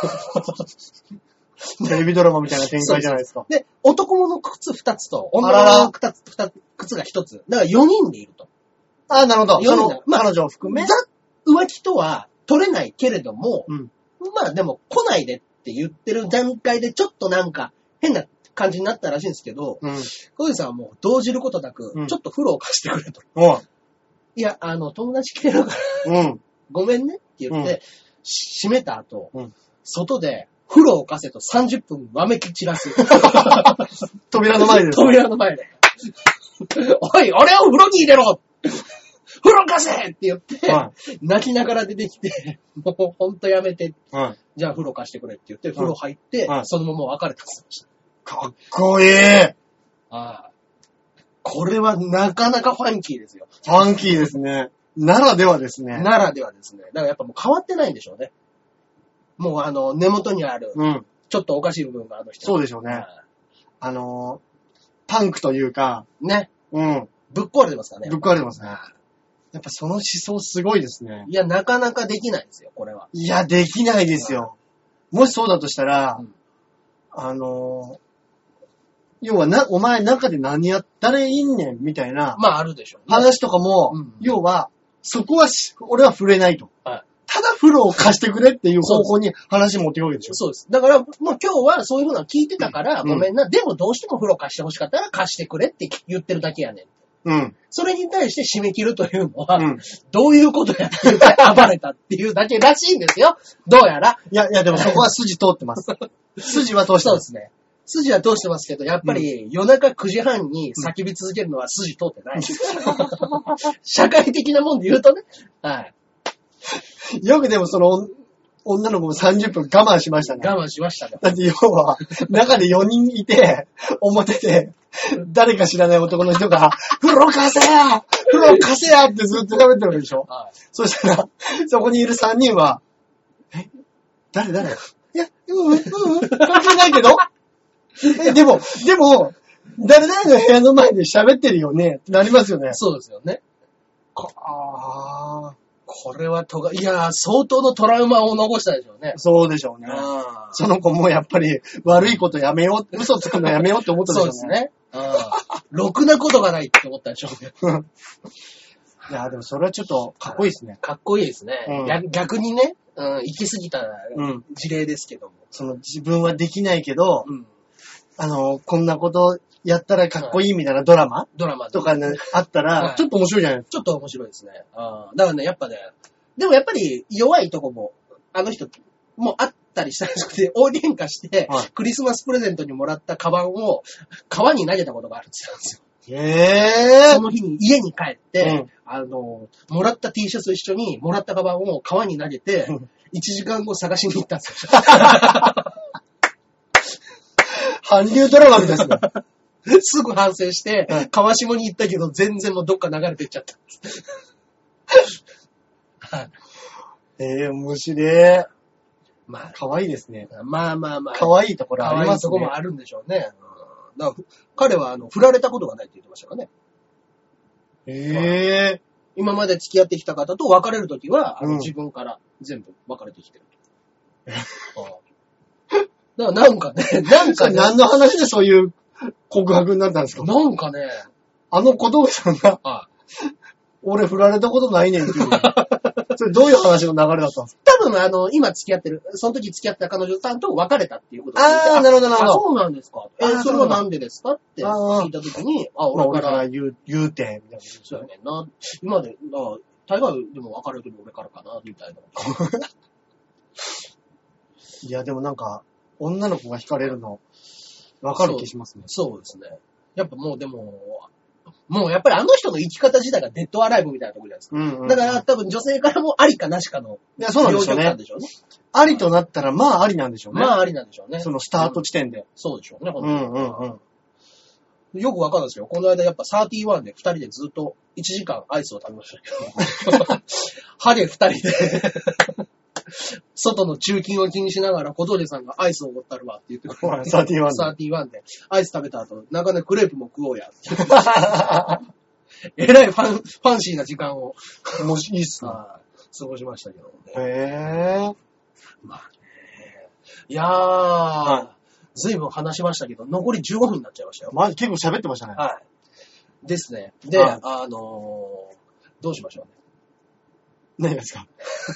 テレビドラマみたいな展開じゃないですか。 で、男物靴二つと、女の靴靴が一つ。だから四人でいると。 ああ、なるほど。その、まあ、彼女を含め。 ざ浮気とは取れないけれども、うん、まあでも来ないでって言ってる段階でちょっとなんか変な感じになったらしいんですけど、うん、小泉さんはもう動じることなく、うん、ちょっと風呂を貸してくれと。うん、いや、あの、友達来てるから、うん、ごめんねって言って、うん、閉めた後、うん、外で風呂を貸せとさんじゅっぷんわめき散らす。 扉の前で。 扉の前で。おい、俺を風呂に入れろ風呂貸せって言って、はい、泣きながら出てきて、もうほんとやめて、はい、じゃあ風呂貸してくれって言って、風呂入って、はい、そのまま別れたって言ってました。 かっこいい。 ああ、これはなかなかファンキーですよ。 ファンキーですね。ならではですね。 ならではですね。だからやっぱもう変わってないんでしょうね。もうあの、根元にある、うん、ちょっとおかしい部分があの人。 そうでしょうね。あ, あの、パンクというか、 ね。うん。ぶっ壊れてますからね。 ぶっ壊れてますね。やっぱその思想すごいですね。 いや、なかなかできないですよ、これは。 いや、できないですよ。もしそうだとしたら、うん、あの、要はな、お前中で何やったらいいんねん、みたいな。 まあ、あるでしょうね。 話とかも、うん、要は、そこはし、俺は触れないと。はい。ただ風呂を貸してくれっていう方向に話持ってくるわけでしょ。 そうです。だから、もう今日はそういう風なの聞いてたから、うん、ごめんな。でもどうしても風呂貸してほしかったら貸してくれって言ってるだけやねん。うん。それに対して締め切るというのは、うん、どういうことやって言って暴れたっていうだけらしいんですよ。どうやら。 いや、いや、でもそこは筋通ってます。筋は通してます。 そうですね。筋は通してますけど、やっぱり夜中くじはんに叫び続けるのは筋通ってない。うん、社会的なもんで言うとね。はい。 よくでもその、女の子もさんじゅっぷん我慢しましたね。 我慢しましたね。 だって要は、中でよにんいて、表で、誰か知らない男の人が、風呂貸せや風呂貸せやってずっと喋ってるわけでしょ、はい、そしたら、そこにいるさんにんは、え誰誰いや、うん、うん、関係ないけどえ、でも、でも、誰々の部屋の前で喋ってるよねってなりますよね。 そうですよね。ああ。これはとが、いやー、相当のトラウマを残したでしょうね。 そうでしょうね。その子もやっぱり悪いことやめよう、嘘つくのやめようって思ったでしょうね。 そうですね。ろくなことがないって思ったでしょうね。 いやー、でもそれはちょっとかっこいいですね。 かっこいいですね。うん、逆にね、うん、行き過ぎた事例ですけども。 その自分はできないけど、うん、あの、こんなことやったらかっこいいみたいなドラマ、 ドラマとかね、あったら、ちょっと面白いじゃないですか。 ちょっと面白いですね。あだからね、やっぱね、でもやっぱり弱いとこも、あの人もあったりしたらしくて、大喧嘩して、はい、クリスマスプレゼントにもらったカバンを川に投げたことがあるって言ったんですよ。 へぇー。 その日に家に帰って、うん、あの、もらった T シャツと一緒に、もらったカバンを川に投げて、いちじかんご探しに行ったんですよ。 韓流ドラマですね。 すぐ反省して、うん、川下に行ったけど、全然もうどっか流れてっちゃった。 えー、面白い。 まあ、 可愛いですね。 まあまあまあ。 可愛いところありますね。可愛いところもあるんでしょうね。うん、だから彼は、あの、振られたことがないって言ってましたからね。 へぇー。 今まで付き合ってきた方と別れるときは、あの、うん、自分から全部別れてきてる。だからなんかね、なんかね。 何の話でそういう告白になったんですか？ なんかね、 あの小道具さんが、ああ俺振られたことないねんっていう。それどういう話の流れだったんですか？ 多分あの、今付き合ってる、その時付き合った彼女さんと別れたっていうことで。 ああ、なるほどなるほど。 そうなんですか。えー、それはなんでですかって聞いた時に、あ、 俺から言う、言うて、みたいな。 そうやねんな。今で、あ大概でも別れるとき俺からかな、みたいな。 いや、でもなんか、女の子が惹かれるの、わかる気しますね。 そう、そうですね。やっぱもうでも、もうやっぱりあの人の生き方自体がデッドアライブみたいなところじゃないですか。うんうんうん、だから多分女性からもありかなしかの。 いや、そうなんでしょうね。 でしょうね。 ありとなったら、まあありなんでしょうね。 まあありなんでしょうね。 そのスタート地点で。うん、 そうでしょうね、 本当に。うんうんうん。よくわかるんですよ。この間やっぱサーティワンで二人でずっといちじかんアイスを食べましたけど。ハゲ二人で。外の中勤を気にしながら小峠さんがアイスをおごったるわって言ってくれる。 サーティワンで。 サーティワンで。アイス食べた後、中でクレープも食おうや。えらいファン、ファンシーな時間を。 もしいいっすね。 過ごしましたけどね。 へぇー。 まあね。いやー、はい、ずいぶん話しましたけど、残りじゅうごふんになっちゃいましたよ。 まあ、結構喋ってましたね。 はい。ですね。で、はい、あのー、どうしましょうね。 何ですか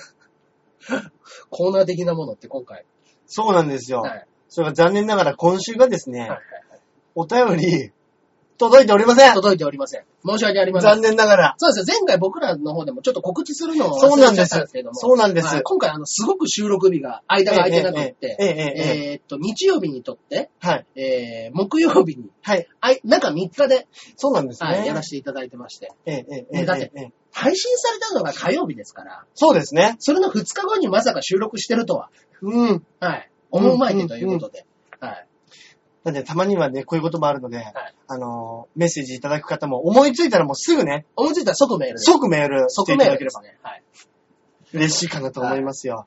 コーナー的なものって今回。 そうなんですよ。 はい。 それが残念ながら今週がですね、はいはいはい、お便り、 届いておりません。届いておりません。申し訳ありません。 残念ながら。 そうですよ。前回僕らの方でもちょっと告知するのを忘れちゃったんですけども。 そうなんです。 はい、今回あの、すごく収録日が、間が空いてなくって、ええええええー、っと、日曜日にとって、はい。えー、木曜日に、はい。あい、中みっかで、 そうなんですね。 はい、やらせていただいてまして。 ええええだって、ええ、配信されたのが火曜日ですから。 そうですね。 それのふつかごにまさか収録してるとは。 うん。 はい。思うまいてということで。うんうんうん、はい。 なんで、たまにはね、こういうこともあるので、はい、あのー、メッセージいただく方も、思いついたらもうすぐね。 思いついたら即メールで。 即メールしていただければ。 ね。はい。 嬉しいかなと思いますよ。 はい、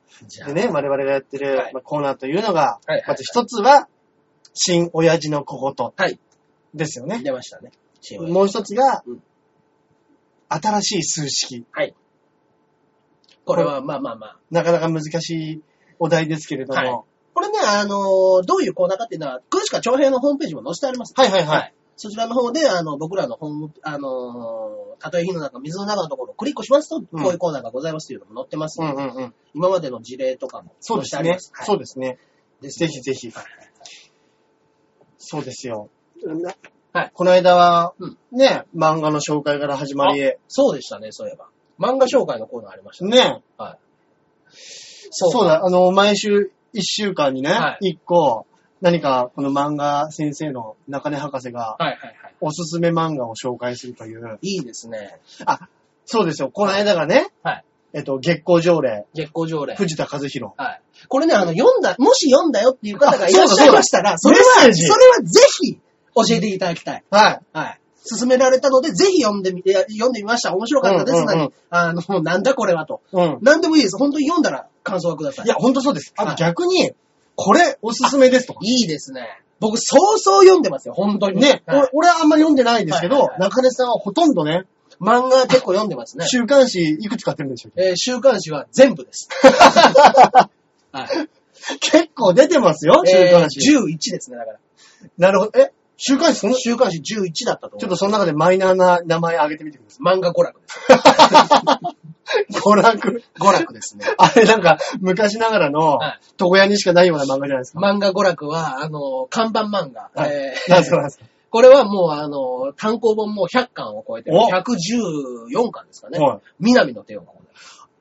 でね、我々がやってる、はい、まあ、コーナーというのが、 はいはいはい、 まず一つは、新親父の小言。 はい。 ですよね。 出ましたね。 もう一つが、うん、新しい数式。 はい。これは、まあまあまあ。 なかなか難しいお題ですけれども、はい、 これね、あのー、どういうコーナーかっていうのは、詳しくは長編のホームページも載せてあります、 ね。はいはいはい。はい、 そちらの方で、あの、僕らのホーム、あのー、たとえ火の中、水の中のところをクリックしますと、こういうコーナーがございますというのも載ってますので、うんうんうん、今までの事例とかも載せてあります。 そうですね。そうですね。ぜひぜひ。はい、そうですよ。はい。この間は、うん、ね、漫画の紹介から始まり。 そうでしたね、そういえば。漫画紹介のコーナーありましたね。 ね。 はい。 そうそうだ、あの、毎週一週間にね、一、はい、個、何かこの漫画先生の中根博士が、 はいはいはい、 おすすめ漫画を紹介するという。 いいですね。 あ、そうですよ。この間がね、 はい。 えっと、月光条例。 月光条例。 藤田和弘。 はい。これね、あの、読んだ、もし読んだよっていう方がいらっしゃいましたら、それは、それはぜひ教えていただきたい。 はい。 はい。勧められたので、ぜひ読んでみて、読んでみました。面白かったです。うんうんうん、あの、なんだこれはと。うん。なんでもいいです。本当に読んだら感想はください。 いや、本当そうです。あと逆に、これおすすめですとか。 いいですね。僕、そうそう読んでますよ。本当に。 ね。はい、俺はあんまり読んでないんですけど、はいはいはい、中根さんはほとんどね。 漫画結構読んでますね。 週刊誌いくつ買ってるんでしょうか？ えー、週刊誌は全部です。 はい、結構出てますよ、週刊誌。 えー、じゅういちですね、だから。 なるほど。え週刊誌その週刊誌じゅういちだったと思う。 ちょっとその中でマイナーな名前挙げてみてください。漫画娯楽です。 娯楽娯楽ですね。 あれなんか、昔ながらの、床屋にしかないような漫画じゃないですか。 漫画娯楽は、あの、看板漫画。 はい、えー、なんですかなんですか。 これはもう、あの、単行本もひゃっかんを超えてる。ひゃくじゅうよんかんですかね。はい、南の帝王の方で。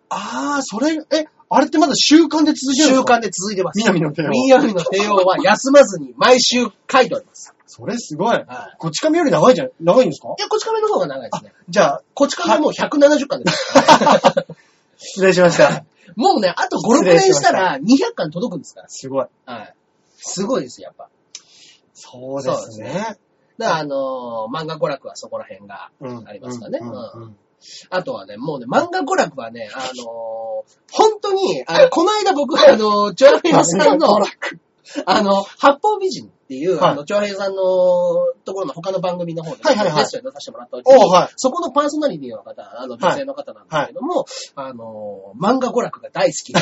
あー、それ、え、あれってまだ週刊で続いてるんですか？ 週刊で続いてます。 南の帝王。 南の帝王は休まずに毎週書いております。 それすごい。はい、こち亀より長いじゃん。長いんですか？ いや、こち亀の方が長いですね。 じゃあ、 こち亀はもうひゃくななじゅっかんです。 失礼しました。 もうね、あとご、ろくねんしたらにひゃっかん届くんですから。 すごい。 はい。すごいですよ、やっぱ。 そうですね。だから、あのー、漫画娯楽はそこら辺がありますかね。うんうんうんうん、あとはね、もうね、漫画娯楽はね、あのー、本当に、あの、この間僕は、あの、チョアヘヨさんの、あの、八方美人っていう、はい、あの、チョアヘヨさんのところの他の番組の方で、はいはいはい、ゲストに出させてもらった時に、はい、そこのパーソナリティの方、あの、女性の方なんですけども、はいはい、あの、漫画娯楽が大好きで。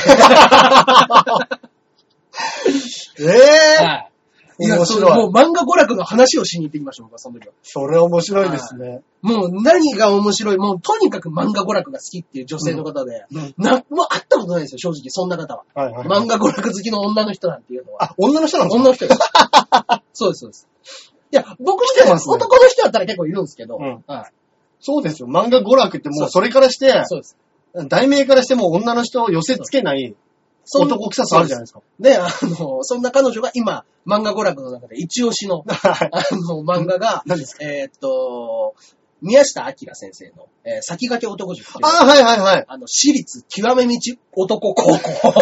えぇ、ーはいいや、そう、もう漫画娯楽の話をしに行ってきました、僕はその時は。 それ面白いですね。 もう何が面白い、もうとにかく漫画娯楽が好きっていう女性の方で、うん、な、もう会ったことないですよ、正直、そんな方は。はいはいはい、漫画娯楽好きの女の人なんていうのは。 あ、女の人なんですか？ 女の人です。そうです、そうです。いや、僕みたいな、ね、男の人だったら結構いるんですけど、うんはい、 そうですよ、漫画娯楽ってもうそれからして、そうです。題名からしても女の人を寄せつけない、男臭さあるじゃないですか。 で、あの、そんな彼女が今、漫画娯楽の中で一押しの、あの、漫画が、何ですか？えー、っと、宮下明先生の、えー、先駆け男塾。 ああ、はいはいはい。 あの、私立極め道男高校。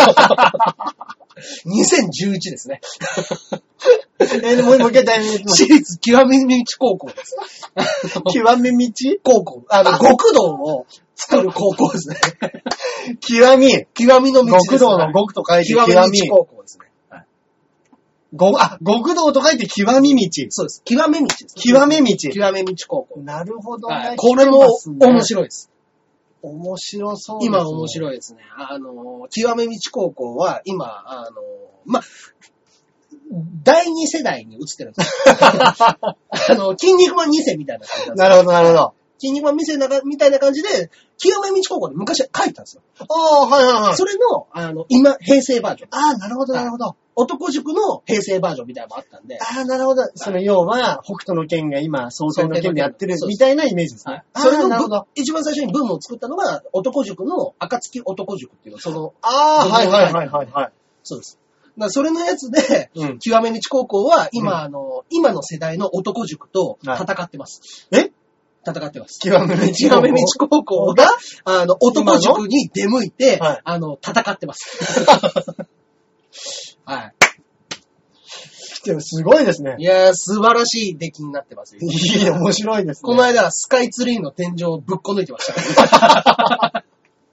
にせんじゅういちですね。 えー、もう一回題名言ってます。 私立極め道高校です。 極め道高校。あの、極道を作る高校ですね。 極み。 極みの道です。 極道の極と書いて極み。 極み道高校ですね。はい。 ご、あ、極道と書いて極み道。 そうです。極め道です、ね。 極め道。 極め道高校。 なるほどね。はい、 これも面白いです。 面白そうですね。 今面白いですね。あの、極め道高校は今、あの、ま、だいに世代に移ってるんですよ。あの、筋肉マンに世みたいな感じなんです。 なるほど、なるほど。 筋肉マンに世みたいな感じで、極め道高校で昔書いたんですよ。 ああ、はいはいはい。 それの、あの、今、平成バージョン。 ああ、なるほど、なるほど。 男塾の平成バージョンみたいなのもあったんで。 ああ、なるほど。その要は、北斗の剣が今、蒼天の剣でやってるみたいなイメージですね。 それの、一番最初にブームを作ったのが、男塾の暁男塾っていう、その、 ああ、はいはいはいはいはい。 そうです。だそれのやつで、うん、極め道高校は今、うん、あの、今の世代の男塾と戦ってます。 はい、え戦ってます。 極め道極め道高校が、あの、男塾に出向いて、はい、あの、戦ってます。はい。 でもすごいですね。 いやー、素晴らしい出来になってますよ。 いい、面白いですね。 この間、スカイツリーの天井をぶっこ抜いてました。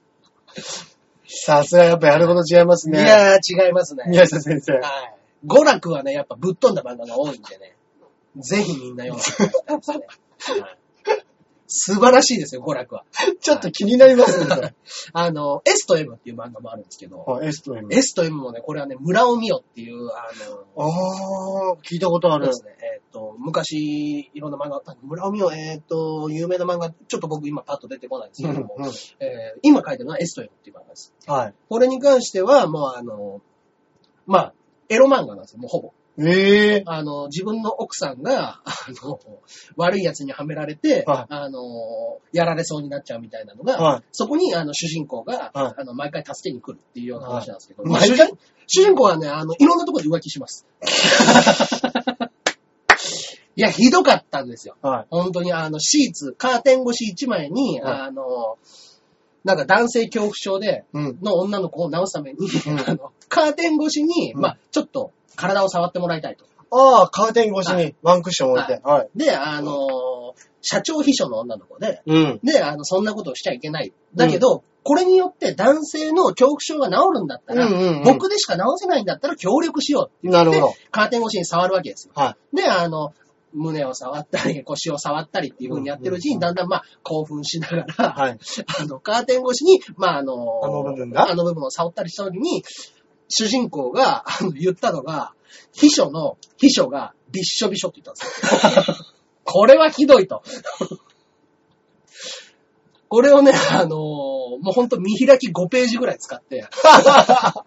さすがやっぱやること違いますね。 いやー、違いますね。 宮下先生。はい。 娯楽はね、やっぱぶっ飛んだ漫画が多いんでね。ぜひみんな読んでいただきたいですね。はい、素晴らしいですよ、娯楽は。 ちょっと気になりますね。 あの、S と M っていう漫画もあるんですけど、 はい、S と M。 S と M もね、これはね、村尾美代っていう、あの、 あー、聞いたことある。 ですね。えっ、ー、と、昔、いろんな漫画、村尾美代、えっ、ー、と、有名な漫画、ちょっと僕今パッと出てこないんですけども、うんうん、えー、今書いてるのは S と M っていう漫画です。はい。これに関しては、もうあの、まあ、エロ漫画なんですよ、もうほぼ。 ええー。 あの、自分の奥さんが、あの、悪い奴にはめられて、はい、あの、やられそうになっちゃうみたいなのが、はい、そこに、あの、主人公が、はい、あの、毎回助けに来るっていうような話なんですけど、はいまあ、主人、主人公はね、あの、いろんなところで浮気します。いや、ひどかったんですよ。はい、本当に、あの、シーツ、カーテン越し一枚に、はい、あの、なんか男性恐怖症で、の女の子を治すために、うん、あのカーテン越しに、うん、まあちょっと体を触ってもらいたいと。 ああ、カーテン越しにワンクッション置いて。 はいはい、で、あのー、社長秘書の女の子で、うん、で、あの、そんなことをしちゃいけない。だけど、うん、これによって男性の恐怖症が治るんだったら、うんうんうん、僕でしか治せないんだったら協力しようって言って、なるほど。カーテン越しに触るわけですよ。はい、で、あの、胸を触ったり、腰を触ったりっていう風にやってるうちに、だんだんまあ、興奮しながら、はい、あの、カーテン越しに、まあ、あの、 あの部分があの部分を触ったりした時に、主人公が、あの、言ったのが、秘書の、秘書が、びっしょびしょって言ったんですよ。これはひどいと。これをね、あのー、もうほんと見開きごページぐらい使って、はい、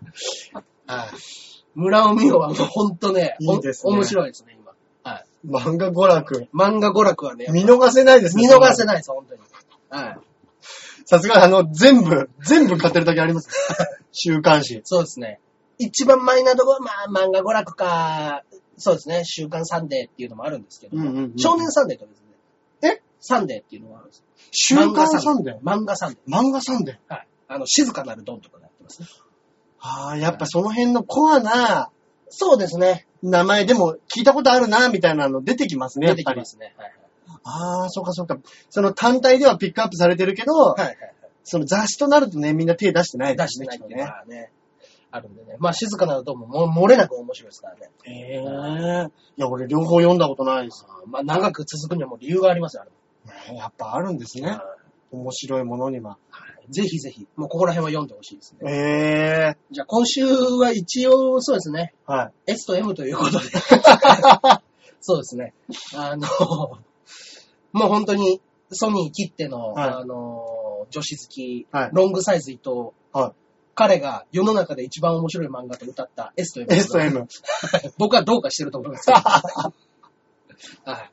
村尾美代はもうほんとね、 いいですね。 面白いですね、今。はい。 漫画娯楽。 漫画娯楽はね。 見逃せないですね。 見逃せないです、ほんとに。はい。 さすがあの、全部、全部買ってるだけあります。週刊誌。 そうですね。一番マイナーところは、まあ、漫画娯楽か、そうですね、週刊サンデーっていうのもあるんですけども、うんうんうん、少年サンデーとですね、えサンデーっていうのがあるんですよ。 週刊サンデー漫画サンデー。 漫画サンデーはい。あの、静かなるドンとかやってますね。 ああ、やっぱその辺のコアな、 そうですね。 名前でも聞いたことあるな、みたいなの出てきますね、 出てきますね。はいはい、 ああ、そうかそうか。その単体ではピックアップされてるけど、はいはいはい、その雑誌となるとね、みんな手出してないですね。 出してないっていうのはね。あるんでね。まあ、静かなるドンもも漏れなく面白いですからね。 へえー。いや、俺両方読んだことないです。 まあ、長く続くにはもう理由がありますよ、あれ。やっぱあるんですね。面白いものには。 ぜひぜひ、もうここら辺は読んでほしいですね。 ええー。 じゃあ今週は一応そうですね。 はい。 S と M ということで。そうですね。あの、もう本当にソニー切っての、はい、あの、女子好き、はい、ロングサイズ伊藤。はい。彼が世の中で一番面白い漫画と歌った S と M。 S と M。 僕はどうかしてると思いますけど。はい。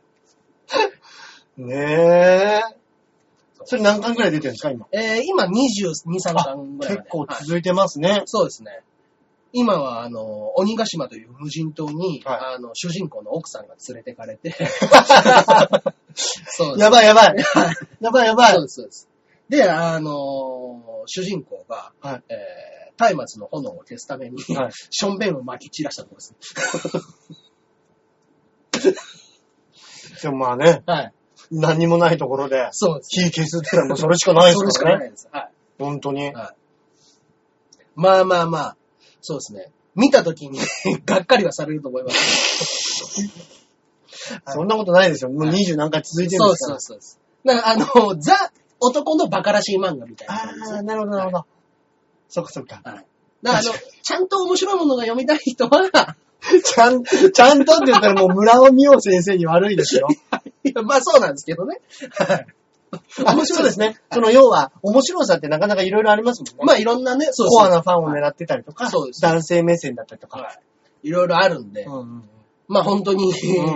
ねえ。それ何巻ぐらい出てるんですか、今。 えー、今にじゅうに、さんかんぐらいまで。 結構続いてますね、はい。 そうですね。今は、あの、鬼ヶ島という無人島に、はい、あの、主人公の奥さんが連れてかれて。そうです。 やばいやばい。やばいやばい。 そうです、そうです。で、あの、主人公が、はい、えー、松明の炎を消すために、はい、ションベンを撒き散らしたところですね。でもまあね。はい。何もないところで、 そうです。 火消すってのはもうそれしかないですからね。 それしかないです。はい。 本当に。はい。 まあまあまあ、そうですね。見たときに、がっかりはされると思いますけど。 そんなことないですよ。もう二十何回続いてるんですから。 そうそうそうそう。だからあの、ザ、男のバカらしい漫画みたいな。 ああ、なるほどなるほど。はい、そっかそっか。はい。 だからあの、ちゃんと面白いものが読みたい人は、 ちゃん、ちゃんとって言ったらもう村尾美桜先生に悪いですよ。 いや、まあそうなんですけどね。はい。 面白いですね。その要は、面白さってなかなかいろいろありますもんね。 まあいろんなね、 そうコアなファンを狙ってたりとか、そうです。男性目線だったりとか。はい。 いろいろあるんで、うんうん、まあ本当に、うん、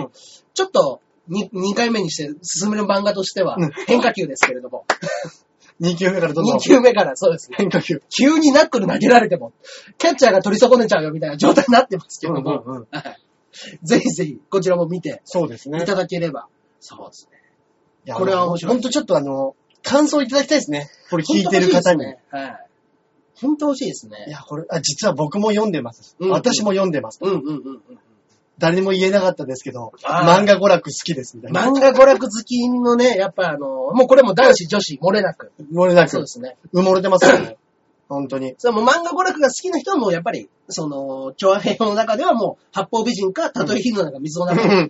ちょっとに、にかいめにして進める漫画としては、変化球ですけれども。 にきゅうめからどんどん。 にきゅうめからそうですね。 変化球。 急にナックル投げられても、キャッチャーが取り損ねちゃうよみたいな状態になってますけども、うんうんうん、ぜひぜひこちらも見て、 そうですね。 いただければ。そうですね。 いやこれは面白い。ほんとちょっとあの、感想いただきたいですね。これ聞いてる方に。 ね、はい。本当欲しいですね。 いや、これ、あ、実は僕も読んでます。うんうん、私も読んでます。 うんうんうんうん。 誰にも言えなかったですけど、漫画娯楽好きですみたいな。 漫画娯楽好きのね、やっぱあの、もうこれも男子女子漏れなく。 漏れなく。 そうですね。 埋もれてますよね。本当に。 そう、もう漫画娯楽が好きな人はもうやっぱり、その、調和平和の中ではもう、八方美人か、たとえ火の中、水の中。はい。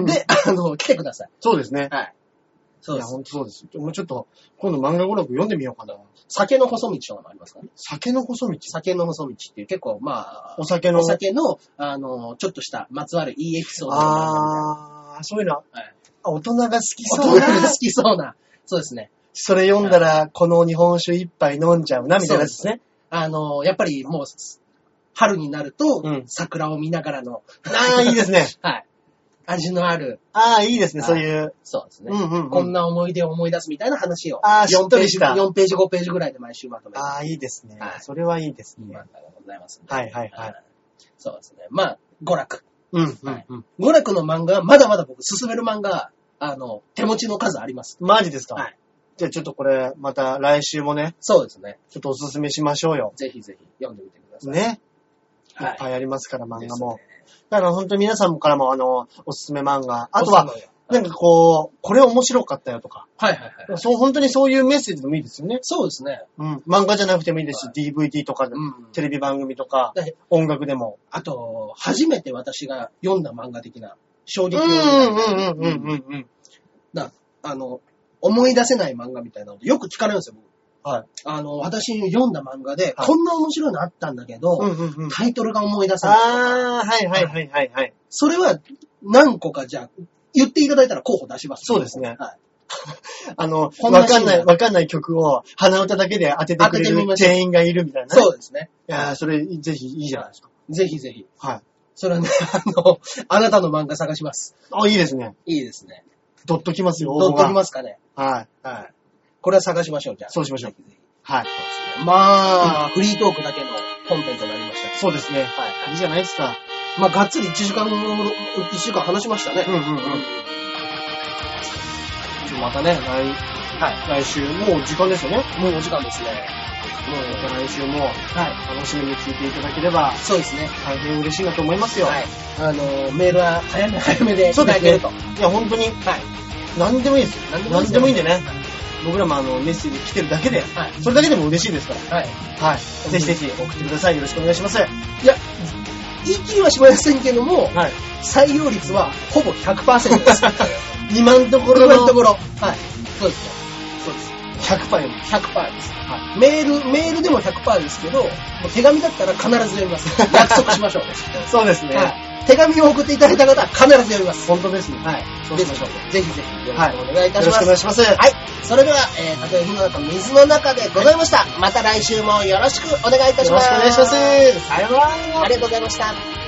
で、あの、来てください。 そうですね。 はい。そうです。 いや、本当そうです。もうちょっと、今度漫画娯楽読んでみようかな。 酒の細道とかもありますからね。 酒の細道酒の細道っていう結構、まあ、 お酒の、 お酒の、あの、ちょっとしたまつわるいいエピソード。 あー、そういうの、はい、大人が好きそうな。 大人が好きそうな。そうですね。 それ読んだら、この日本酒一杯飲んじゃうな、みたいなやつですね。 あの、やっぱりもう、春になると、うん、桜を見ながらの。 ああ、いいですね。 はい。味のある。 ああ、いいですね、そういう。 そうですね、 うんうんうん。 こんな思い出を思い出すみたいな話を。 ああ、しっとりした。 よんページ、ごページぐらいで毎週まとめて。 ああ、いいですね。はい、それはいいですね。 漫画がございますね。 はいはいはい。 そうですね。まあ、娯楽。 うん、うん、はい。 娯楽の漫画は、まだまだ僕進める漫画、あの、手持ちの数あります。 マジですか？ はい。 じゃあちょっとこれ、また来週もね。 そうですね。 ちょっとおすすめしましょうよ。 ぜひぜひ読んでみてください。 ね。いっぱいありますから、漫画も。だから本当に皆さんからも、あの、おすすめ漫画。あとは、なんかこう、これ面白かったよとか。 はいはいはい。 そう、本当にそういうメッセージでもいいですよね。 そうですね。 うん。漫画じゃなくてもいいですし、はい、ディーブイディー とか、うん、テレビ番組とか、音楽でも。 あと、初めて私が読んだ漫画的な衝撃を。 うんうんうんうんうんうん。 だあの、思い出せない漫画みたいなのよく聞かれるんですよ、僕。 はい。 あの、私読んだ漫画で、はい、こんな面白いのあったんだけど、 うんうんうん、 タイトルが思い出せない。 ああ、はいはいはいはいはい。 それは何個かじゃあ、言っていただいたら候補出します、 ね。そうですね。 はい。 あの、わかんない、わかんない曲を鼻歌だけで当ててくれる店員がいるみたいな、ね。 そうですね。 いやー、それぜひいいじゃないですか。 ぜひぜひ。 はい。 それはね、あの、あなたの漫画探します。 あ、いいですね。 いいですね。 ドッときますよ、 ドッときますかね。 はい。 はい。 これは探しましょう、じゃあ。 そうしましょう。はい。 まあ、フリートークだけの本編となりました。 そうですね。はい。いいじゃないですか。 まあ、がっつりいちじかん、いちじかん話しましたね。 うんうんうん。またね、来、はい。来週、もう時間ですよね。 もうお時間ですね。 もうまた来週も、はい。楽しみに聞いていただければ、 そうですね。 大変嬉しいなと思いますよ。はい。 あの、メールは早め早めでいただけると。 いや、本当に。はい。何でもいいですよ。何でもいいんでね。僕らもあの、メッセージ来てるだけで、はい。それだけでも嬉しいですから。はい。はい。ぜひぜひ送ってください。よろしくお願いします。 いや、言い切りはしませんけども、はい。採用率はほぼ ひゃくパーセント です。 今のところ今のところ。はい。そうですよ。 そうです。ひゃくパーセント。 ひゃくパーセント です。はい。メール、メールでも ひゃくパーセント ですけど、もう手紙だったら必ず読みます。約束しましょう。 そうですね。はい。 手紙を送っていただいた方は必ず読みます。 本当ですね。 はい。そうしましょう。ぜひぜひよろしくお願いいたします。よろしくお願いします。 はい。それでは、えー、たとえ火の中、水の中でございました。はい、また来週もよろしくお願いいたします。 よろしくお願いします。 さよなら。ありがとうございました。